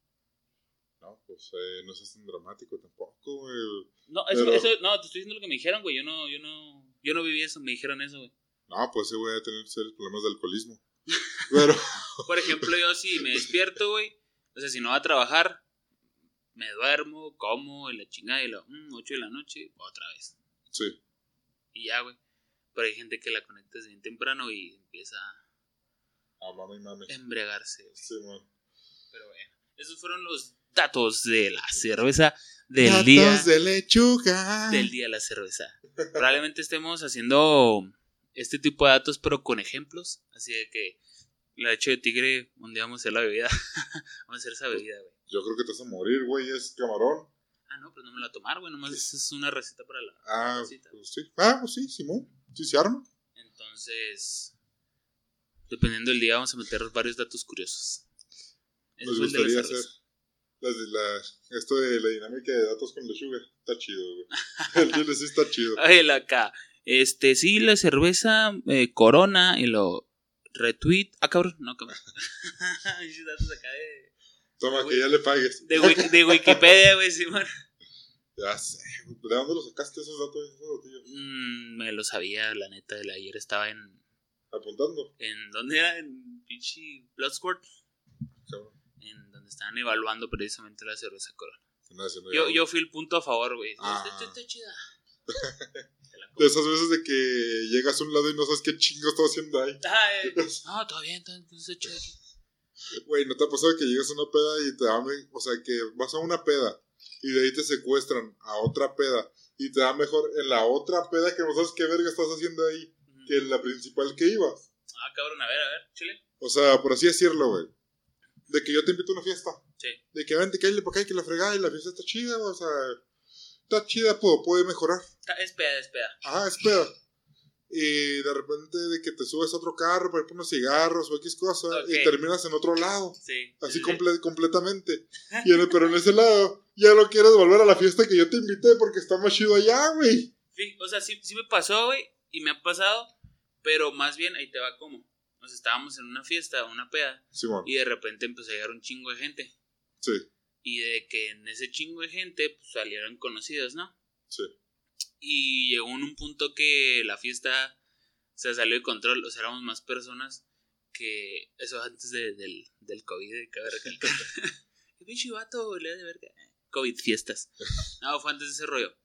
No, pues eh, no seas tan dramático tampoco, güey. No, eso, Pero... eso, no, te estoy diciendo lo que me dijeron, güey. Yo no, yo no, yo no viví eso, me dijeron eso, güey. No, pues ese güey va a tener serios problemas de alcoholismo. Pero... Por ejemplo, yo si me despierto, güey, o sea, si no va a trabajar, me duermo, como, y la chingada, y lo, mmm, ocho de la noche, otra vez. Sí. Y ya, güey. Pero hay gente que la conecta desde bien temprano y empieza a mami, mami. embriagarse, güey. Sí, man. Pero bueno, esos fueron los datos de la cerveza del datos día. Datos de lechuga. Del día de la cerveza. Probablemente estemos haciendo este tipo de datos, pero con ejemplos. Así de que la leche de tigre, un día vamos a hacer la bebida. Vamos a hacer esa bebida, güey. Yo creo que te vas a morir, güey, es camarón. Ah, no, pues no me la voy a tomar, güey. Nomás es una receta para la Ah, receta. Pues sí. Ah, pues sí, Simón. Sí se arma. Entonces, dependiendo del día, vamos a meter varios datos curiosos. Eso Nos gustaría hacer las de la, esto de la dinámica de datos con lechuga. Está chido, güey. El chile sí está chido. Ay, la acá. Este, sí, la cerveza eh, Corona y lo retweet. Ah, cabrón, no, cabrón. Datos acá de. Toma, de que ya le pagues. De, wiki, de Wikipedia, güey, Simón. Ya sé. ¿De dónde los sacaste esos datos? Esos datillos? Mm, me lo sabía, la neta. El ayer estaba en. Apuntando. ¿En dónde era? En pinche Bloodsport. Cabrón. En donde estaban evaluando precisamente la cerveza Corona. No, no, yo, yo fui el punto a favor, güey. Ah. Está, está chida. De esas veces de que llegas a un lado y no sabes qué chingo estás haciendo ahí. Ah, eh. No, todo bien, todo está chido. Güey, ¿no te ha pasado que llegas a una peda y te da, o sea, que vas a una peda y de ahí te secuestran a otra peda y te da mejor en la otra peda que no sabes qué verga estás haciendo ahí mm. que en la principal que ibas? Ah, cabrón, a ver, a ver, chile. O sea, por así decirlo, güey. De que yo te invito a una fiesta. Sí. De que vente, cállale para acá y que la fregada y la fiesta está chida, o sea, está chida, puedo, puede mejorar. Es peda, es peda. Ajá, es peda. Y de repente de que te subes a otro carro para ir por unos cigarros o X cosa okay. y terminas en otro lado. Sí. Así sí. Comple- completamente. Y en el, pero en ese lado ya no quieres volver a la fiesta que yo te invité porque está más chido allá, güey. Sí, o sea, sí, sí me pasó, güey, y me ha pasado, pero más bien ahí te va como. O sea, estábamos en una fiesta, una peda, sí, bueno. y de repente empezó a llegar un chingo de gente. Sí. Y de que en ese chingo de gente pues, salieron conocidos, ¿no? Sí. Y llegó en un punto que la fiesta se salió de control. O sea, éramos más personas que... Eso antes de, del, del COVID, de que recalcar. ¡Qué pinche vato, le de verga! COVID fiestas. No, fue antes de ese rollo.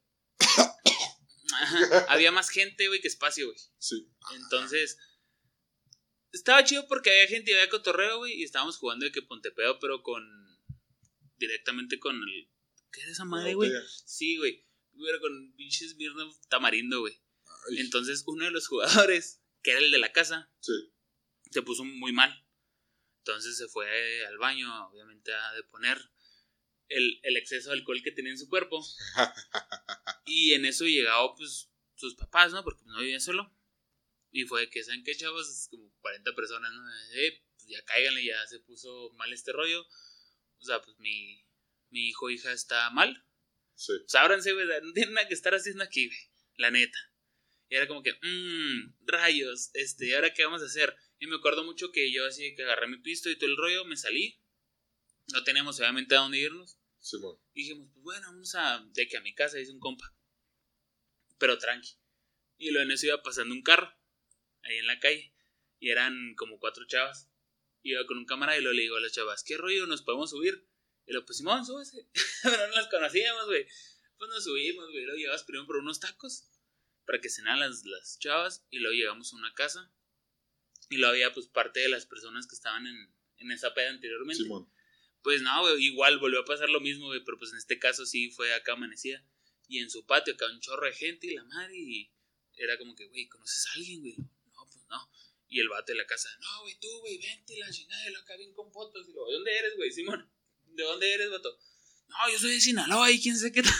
Había más gente, güey, que espacio, güey. Sí. Entonces... Estaba chido porque había gente y había cotorreo, güey. Y estábamos jugando de que Pontepedo, pero con... Directamente con el... ¿Qué era esa madre, güey? Sí, güey. Pero con pinches mierda tamarindo, güey. Entonces uno de los jugadores, que era el de la casa, sí. se puso muy mal. Entonces se fue al baño, obviamente, a deponer el, el exceso de alcohol que tenía en su cuerpo. Y en eso llegaba, pues, sus papás, ¿no? Porque no vivía solo. Y fue que, ¿saben qué, chavos? Como cuarenta personas, ¿no? Eh, pues ya cáiganle, ya se puso mal este rollo. O sea, pues mi, mi hijo o hija está mal. Sí. Pues ábranse, güey, no tienen nada que estar haciendo aquí, güey, la neta. Y era como que, mmm, rayos, este, ¿y ahora qué vamos a hacer? Y me acuerdo mucho que yo así que agarré mi pisto y todo el rollo, me salí. No teníamos obviamente a dónde irnos. Sí, man. Y dijimos, pues bueno, vamos a, de que a mi casa dice un compa. Pero tranqui. Y luego en eso iba pasando un carro, ahí en la calle. Y eran como cuatro chavas. Iba con un camarada y luego le digo a las chavas, ¿qué rollo? ¿Nos podemos subir? Y luego, pues Simón, súbase. Pero no las conocíamos, güey. Pues nos subimos, güey. Luego llegamos primero por unos tacos para que cenaran las, las chavas. Y luego llegamos a una casa. Y luego había pues parte de las personas que estaban en, en esa peda anteriormente. Simón. Pues no, güey, igual volvió a pasar lo mismo, güey. Pero pues en este caso sí fue acá amanecida. Y en su patio acá un chorro de gente y la madre. Y era como que, güey, ¿conoces a alguien, güey? No, pues no. Y el vato de la casa, no, güey, tú, güey, vente la chingada de la acá bien con fotos. Y luego, ¿de dónde eres, güey, Simón? ¿De dónde eres, vato? No, yo soy de Sinaloa y quién sé qué tal.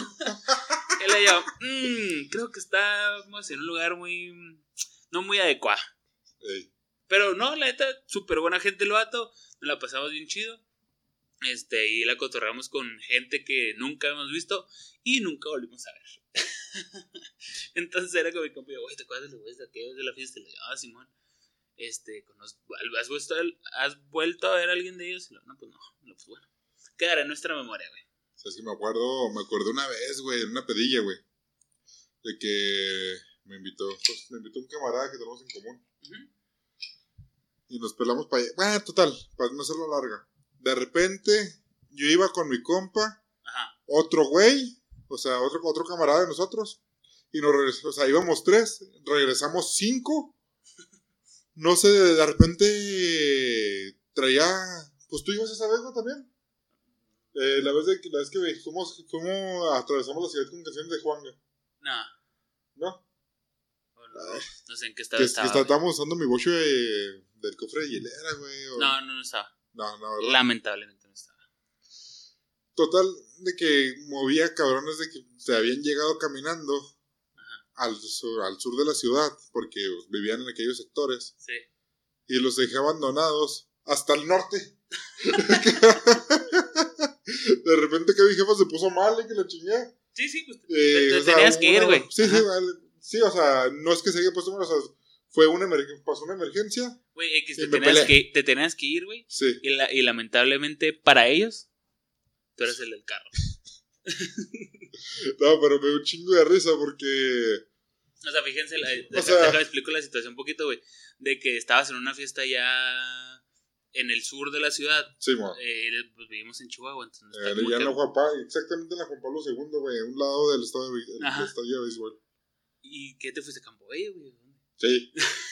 Él le dijo, mmm, creo que estamos en un lugar muy, no muy adecuado. Ey. Pero no, la neta, súper buena gente el vato. Nos la pasamos bien chido. Este, ahí la cotorreamos con gente que nunca hemos visto y nunca volvimos a ver. Entonces era como mi compa, güey, ¿te acuerdas de los güeyes de aquellos de la fiesta? Y le digo, ah, Simón, este, ¿has, has, vuelto a, ¿has vuelto a ver a alguien de ellos? Y le digo, no, pues no, no, pues bueno, quedará en nuestra memoria, güey. O sea, es que me acuerdo, me acuerdo una vez, güey, en una pedilla, güey, de que me invitó, pues me invitó un camarada que tenemos en común. Uh-huh. Y nos pelamos para allá. Bueno, total, para no hacerlo larga. De repente, yo iba con mi compa, ajá, otro güey, o sea, otro, otro camarada de nosotros, y nos regresamos, o sea, íbamos tres, regresamos cinco, no sé, de repente traía, pues tú ibas esa vez, ¿no? También, eh, la vez de la vez que fuimos, fuimos, atravesamos la ciudad con canciones de Juanga. No. ¿No? Oh, no, Ay, no sé en qué estado que, estaba. Que estábamos usando mi bocho de, del cofre de hielera, güey. O... No, no, no estaba. No, no, ¿verdad? Lamentablemente no estaba. Total, de que movía cabrones de que se habían llegado caminando al sur, al sur de la ciudad, porque vivían en aquellos sectores. Sí. Y los dejé abandonados hasta el norte. De repente que mi jefa se puso mal y que la chingué. Sí, sí, pues eh, te, te o sea, tenías que ir, güey. Sí, sí, vale. Sí, o sea, no es que se haya puesto mal, o sea, fue una emergencia, pasó una emergencia. Güey, X, te, tenías que, te tenías que ir, güey. Sí. Y, la, y lamentablemente para ellos, tú eres el del carro. No, pero me dio un chingo de risa porque... O sea, fíjense, la, o deja, sea, déjame explico la situación un poquito, güey. De que estabas en una fiesta ya en el sur de la ciudad. Sí, mo. Eh, pues vivimos en Chihuahua, entonces... Eh, ya en la Juan Pablo, exactamente en la Juan Pablo segundo, güey, a un lado del estadio de, del estadio de béisbol. ¿Y qué te fuiste a Camboya, güey? Sí.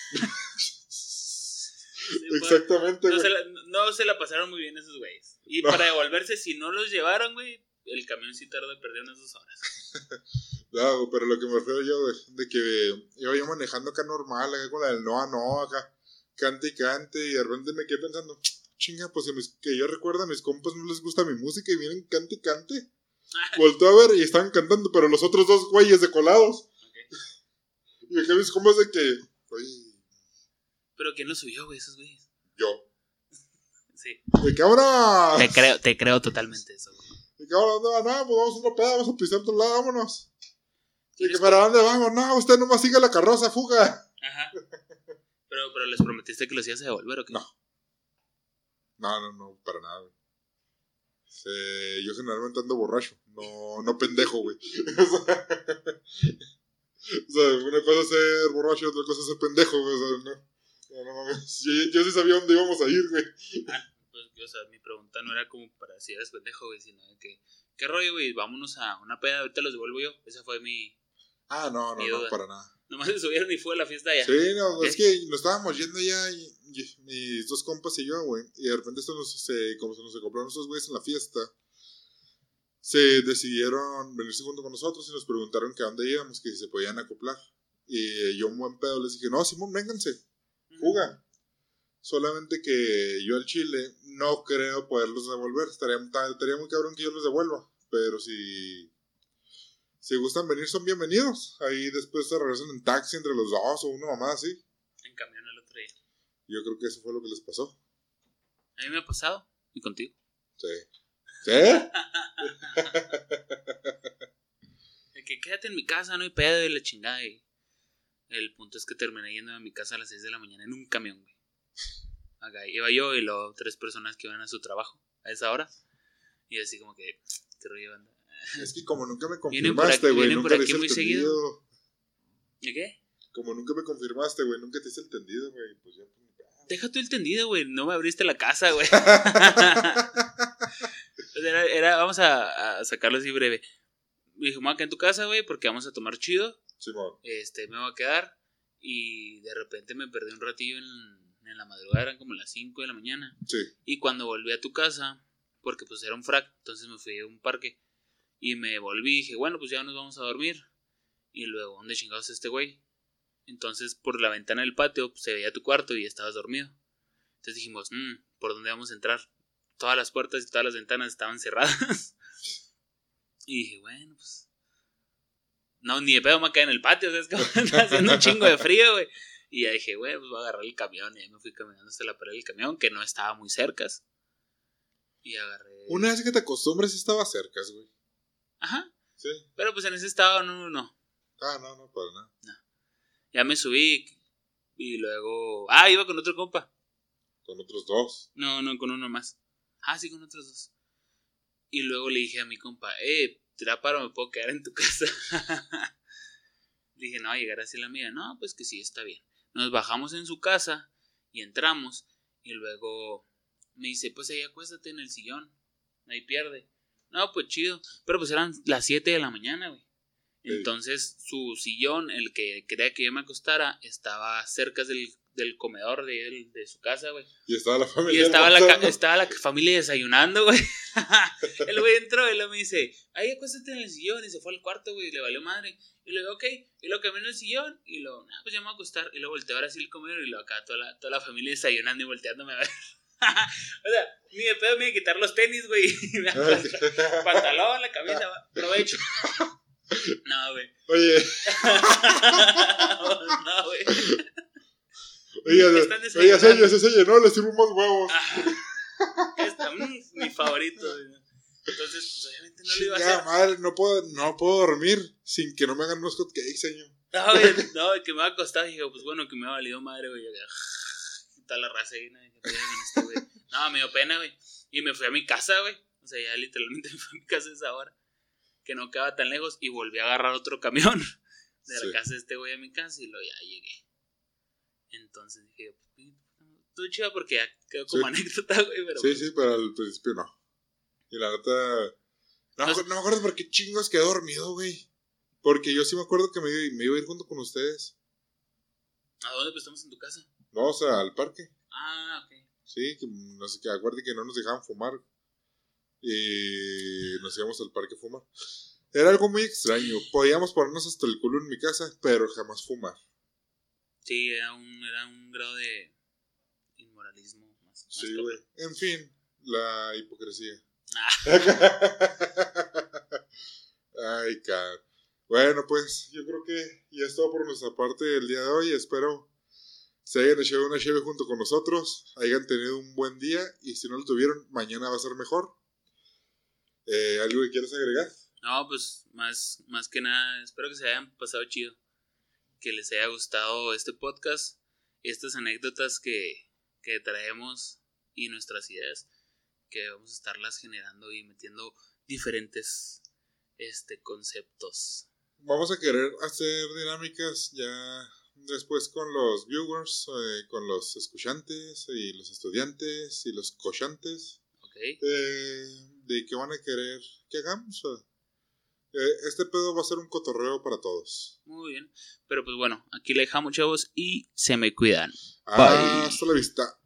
Sí, exactamente, no güey. se, la, no se la pasaron muy bien esos güeyes. Y no. Para devolverse, si no los llevaron, güey, el camión sí tardó y perdió unas dos horas. No, pero lo que me refiero yo, güey, de que iba yo manejando acá normal, acá con la del no a no, acá, cante y cante, y de repente me quedé pensando, chinga, pues mis, que yo recuerdo a mis compas no les gusta mi música y vienen cante y cante. Voltó a ver y estaban cantando, pero los otros dos güeyes de colados. Okay. Y dije a mis compas de que, oye... ¿Pero quién lo subió, güey, esos güeyes? Yo. Sí. ¿De qué ahora? Te creo, te creo totalmente eso, güey. ¿De qué ahora? No, no, pues vamos a otra peda, vamos a pisar a otro lado, vámonos. ¿Y que para dónde vamos? No, usted nomás sigue la carroza, fuga. Ajá. Pero, pero les prometiste que los ibas a devolver, ¿o qué? No. No, no, no, para nada, güey. Eh, yo generalmente ando borracho, no, no pendejo, güey. O sea, o sea, una cosa es ser borracho, otra cosa es ser pendejo, güey. O sea, no, no, no mames. Yo, yo sí sabía dónde íbamos a ir, güey. Ah, pues, o sea, mi pregunta no era como para si eres pendejo, güey, sino de que, ¿qué rollo, güey? Vámonos a una peda, ahorita los devuelvo yo. Esa fue mi... Ah, no, no, no, para nada. Nomás se subieron y fue a la fiesta ya. Sí, no, ¿okay? Es que nos estábamos yendo ya, y, y, mis dos compas y yo, güey. Y de repente, esto nos, se, como se nos compraron esos güeyes en la fiesta, se decidieron venirse junto con nosotros y nos preguntaron que a dónde íbamos, que si se podían acoplar. Y yo, un buen pedo, les dije, no, Simón, vénganse, fuga. Solamente que yo al chile no creo poderlos devolver. Estaría, estaría muy cabrón que yo los devuelva. Pero si... Si gustan venir, son bienvenidos. Ahí después se regresan en taxi entre los dos o una mamá así. En camión el otro día. Yo creo que eso fue lo que les pasó. A mí me ha pasado. ¿Y contigo? Sí. ¿Sí? Que quédate en mi casa, no hay pedo y la chingada. Y el punto es que terminé yendo a mi casa a las seis de la mañana en un camión, güey. Acá iba yo y luego tres personas que iban a su trabajo a esa hora. Y así como que, qué rollo, banda. Es que como nunca me Vienen por aquí, confirmaste, güey, vienen por nunca te aquí hice muy el seguido. tendido. ¿Y qué? Como nunca me confirmaste, güey, nunca te hice el tendido, güey, pues ya. Deja tú el tendido, güey, no me abriste la casa, güey. era, era, vamos a, a sacarlo así breve. Me dijo, me voy a quedar en tu casa, güey, porque vamos a tomar chido. Simón. Este, me voy a quedar. Y de repente me perdí un ratillo en, en la madrugada, eran como las cinco de la mañana. Sí. Y cuando volví a tu casa, porque pues era un frac, entonces me fui a un parque. Y me volví y dije, bueno, pues ya nos vamos a dormir. Y luego, ¿dónde chingados este güey? Entonces, por la ventana del patio pues, se veía tu cuarto y estabas dormido. Entonces dijimos, mmm, ¿por dónde vamos a entrar? Todas las puertas y todas las ventanas estaban cerradas. Y dije, bueno, pues... No, ni de pedo me quedé en el patio, ¿sabes? Como está haciendo un chingo de frío, güey. Y ya dije, güey, pues voy a agarrar el camión. Y ahí me fui caminando hasta la pared del camión, que no estaba muy cerca. Y agarré... Una vez que te acostumbres estaba cerca, güey. Ajá. Sí. Pero pues en ese estado no, no. Ah, no, no, para nada. No. Ya me subí y luego... Ah, iba con otro compa. Con otros dos. No, no, con uno más. Ah, sí, con otros dos. Y luego le dije a mi compa, eh, tira paro, me puedo quedar en tu casa. Le dije, no, llegar así la mía. No, pues que sí, está bien. Nos bajamos en su casa y entramos. Y luego me dice, pues ahí acuéstate en el sillón. Ahí pierde. No, pues chido. Pero pues eran las siete de la mañana, güey. Entonces su sillón, el que quería que yo me acostara, estaba cerca del, del comedor de, él, de su casa, güey. Y estaba la familia. Y estaba la, estaba la familia desayunando, güey. El güey entró y luego me dice, ahí acuéstate en el sillón. Y se fue al cuarto, güey, y le valió madre. Y luego, ok, y luego caminó en el sillón. Y luego, nah, pues ya me voy a acostar. Y luego volteó ahora sí el comedor. Y luego acá toda la, toda la familia desayunando y volteándome a ver. O sea, ni de pedo me iba a quitar los tenis, güey. Pantalón, la camisa, provecho. No, güey. Oye. No, güey. Oye, oye, oye, ese se llenó, le sirvo más huevos. Esta, mmm, mi favorito, güey. Entonces, pues obviamente no Chingada lo iba a hacer. Madre, no puedo, no puedo dormir sin que no me hagan unos hotcakes, señor. No, güey, no, que me va a costar. Y dije, pues bueno, que me ha valido madre, güey. Toda la raza ahí, ¿no? Este, güey. No, me dio pena, güey. Y me fui a mi casa, güey. O sea, ya literalmente me fui a mi casa a esa hora. Que no quedaba tan lejos. Y volví a agarrar otro camión de la sí. casa de este güey a mi casa. Y luego ya llegué. Entonces dije, pues, tú chido porque ya quedó como sí. anécdota, güey. Pero sí, pues, sí, pero al principio no. Y la neta. No, no, no me acuerdo por qué chingos quedé dormido, güey. Porque yo sí me acuerdo que me, me iba a ir junto con ustedes. ¿A dónde? Pues estamos en tu casa. No, o sea, al parque. Ah, ok. Sí, que no sé, que acuérdate que no nos dejaban fumar. Y nos íbamos al parque a fumar. Era algo muy extraño. Podíamos ponernos hasta el culo en mi casa, pero jamás fumar. Sí, era un, era un grado de inmoralismo más. más sí, güey. En fin, la hipocresía. Ah. Ay, cabrón. Bueno, pues yo creo que ya es todo por nuestra parte el día de hoy. Espero se hayan echado una cheve junto con nosotros, hayan tenido un buen día y si no lo tuvieron, mañana va a ser mejor. Eh, ¿Algo que quieras agregar? No, pues más, más que nada, espero que se hayan pasado chido, que les haya gustado este podcast, estas anécdotas que, que traemos y nuestras ideas, que vamos a estarlas generando y metiendo diferentes este, conceptos. Vamos a querer hacer dinámicas ya después con los viewers, eh, con los escuchantes y los estudiantes y los cochantes. Okay. Eh, de qué van a querer que hagamos. Eh, este pedo va a ser un cotorreo para todos. Muy bien. Pero pues bueno, aquí le dejamos, chavos, y se me cuidan. Hasta la vista.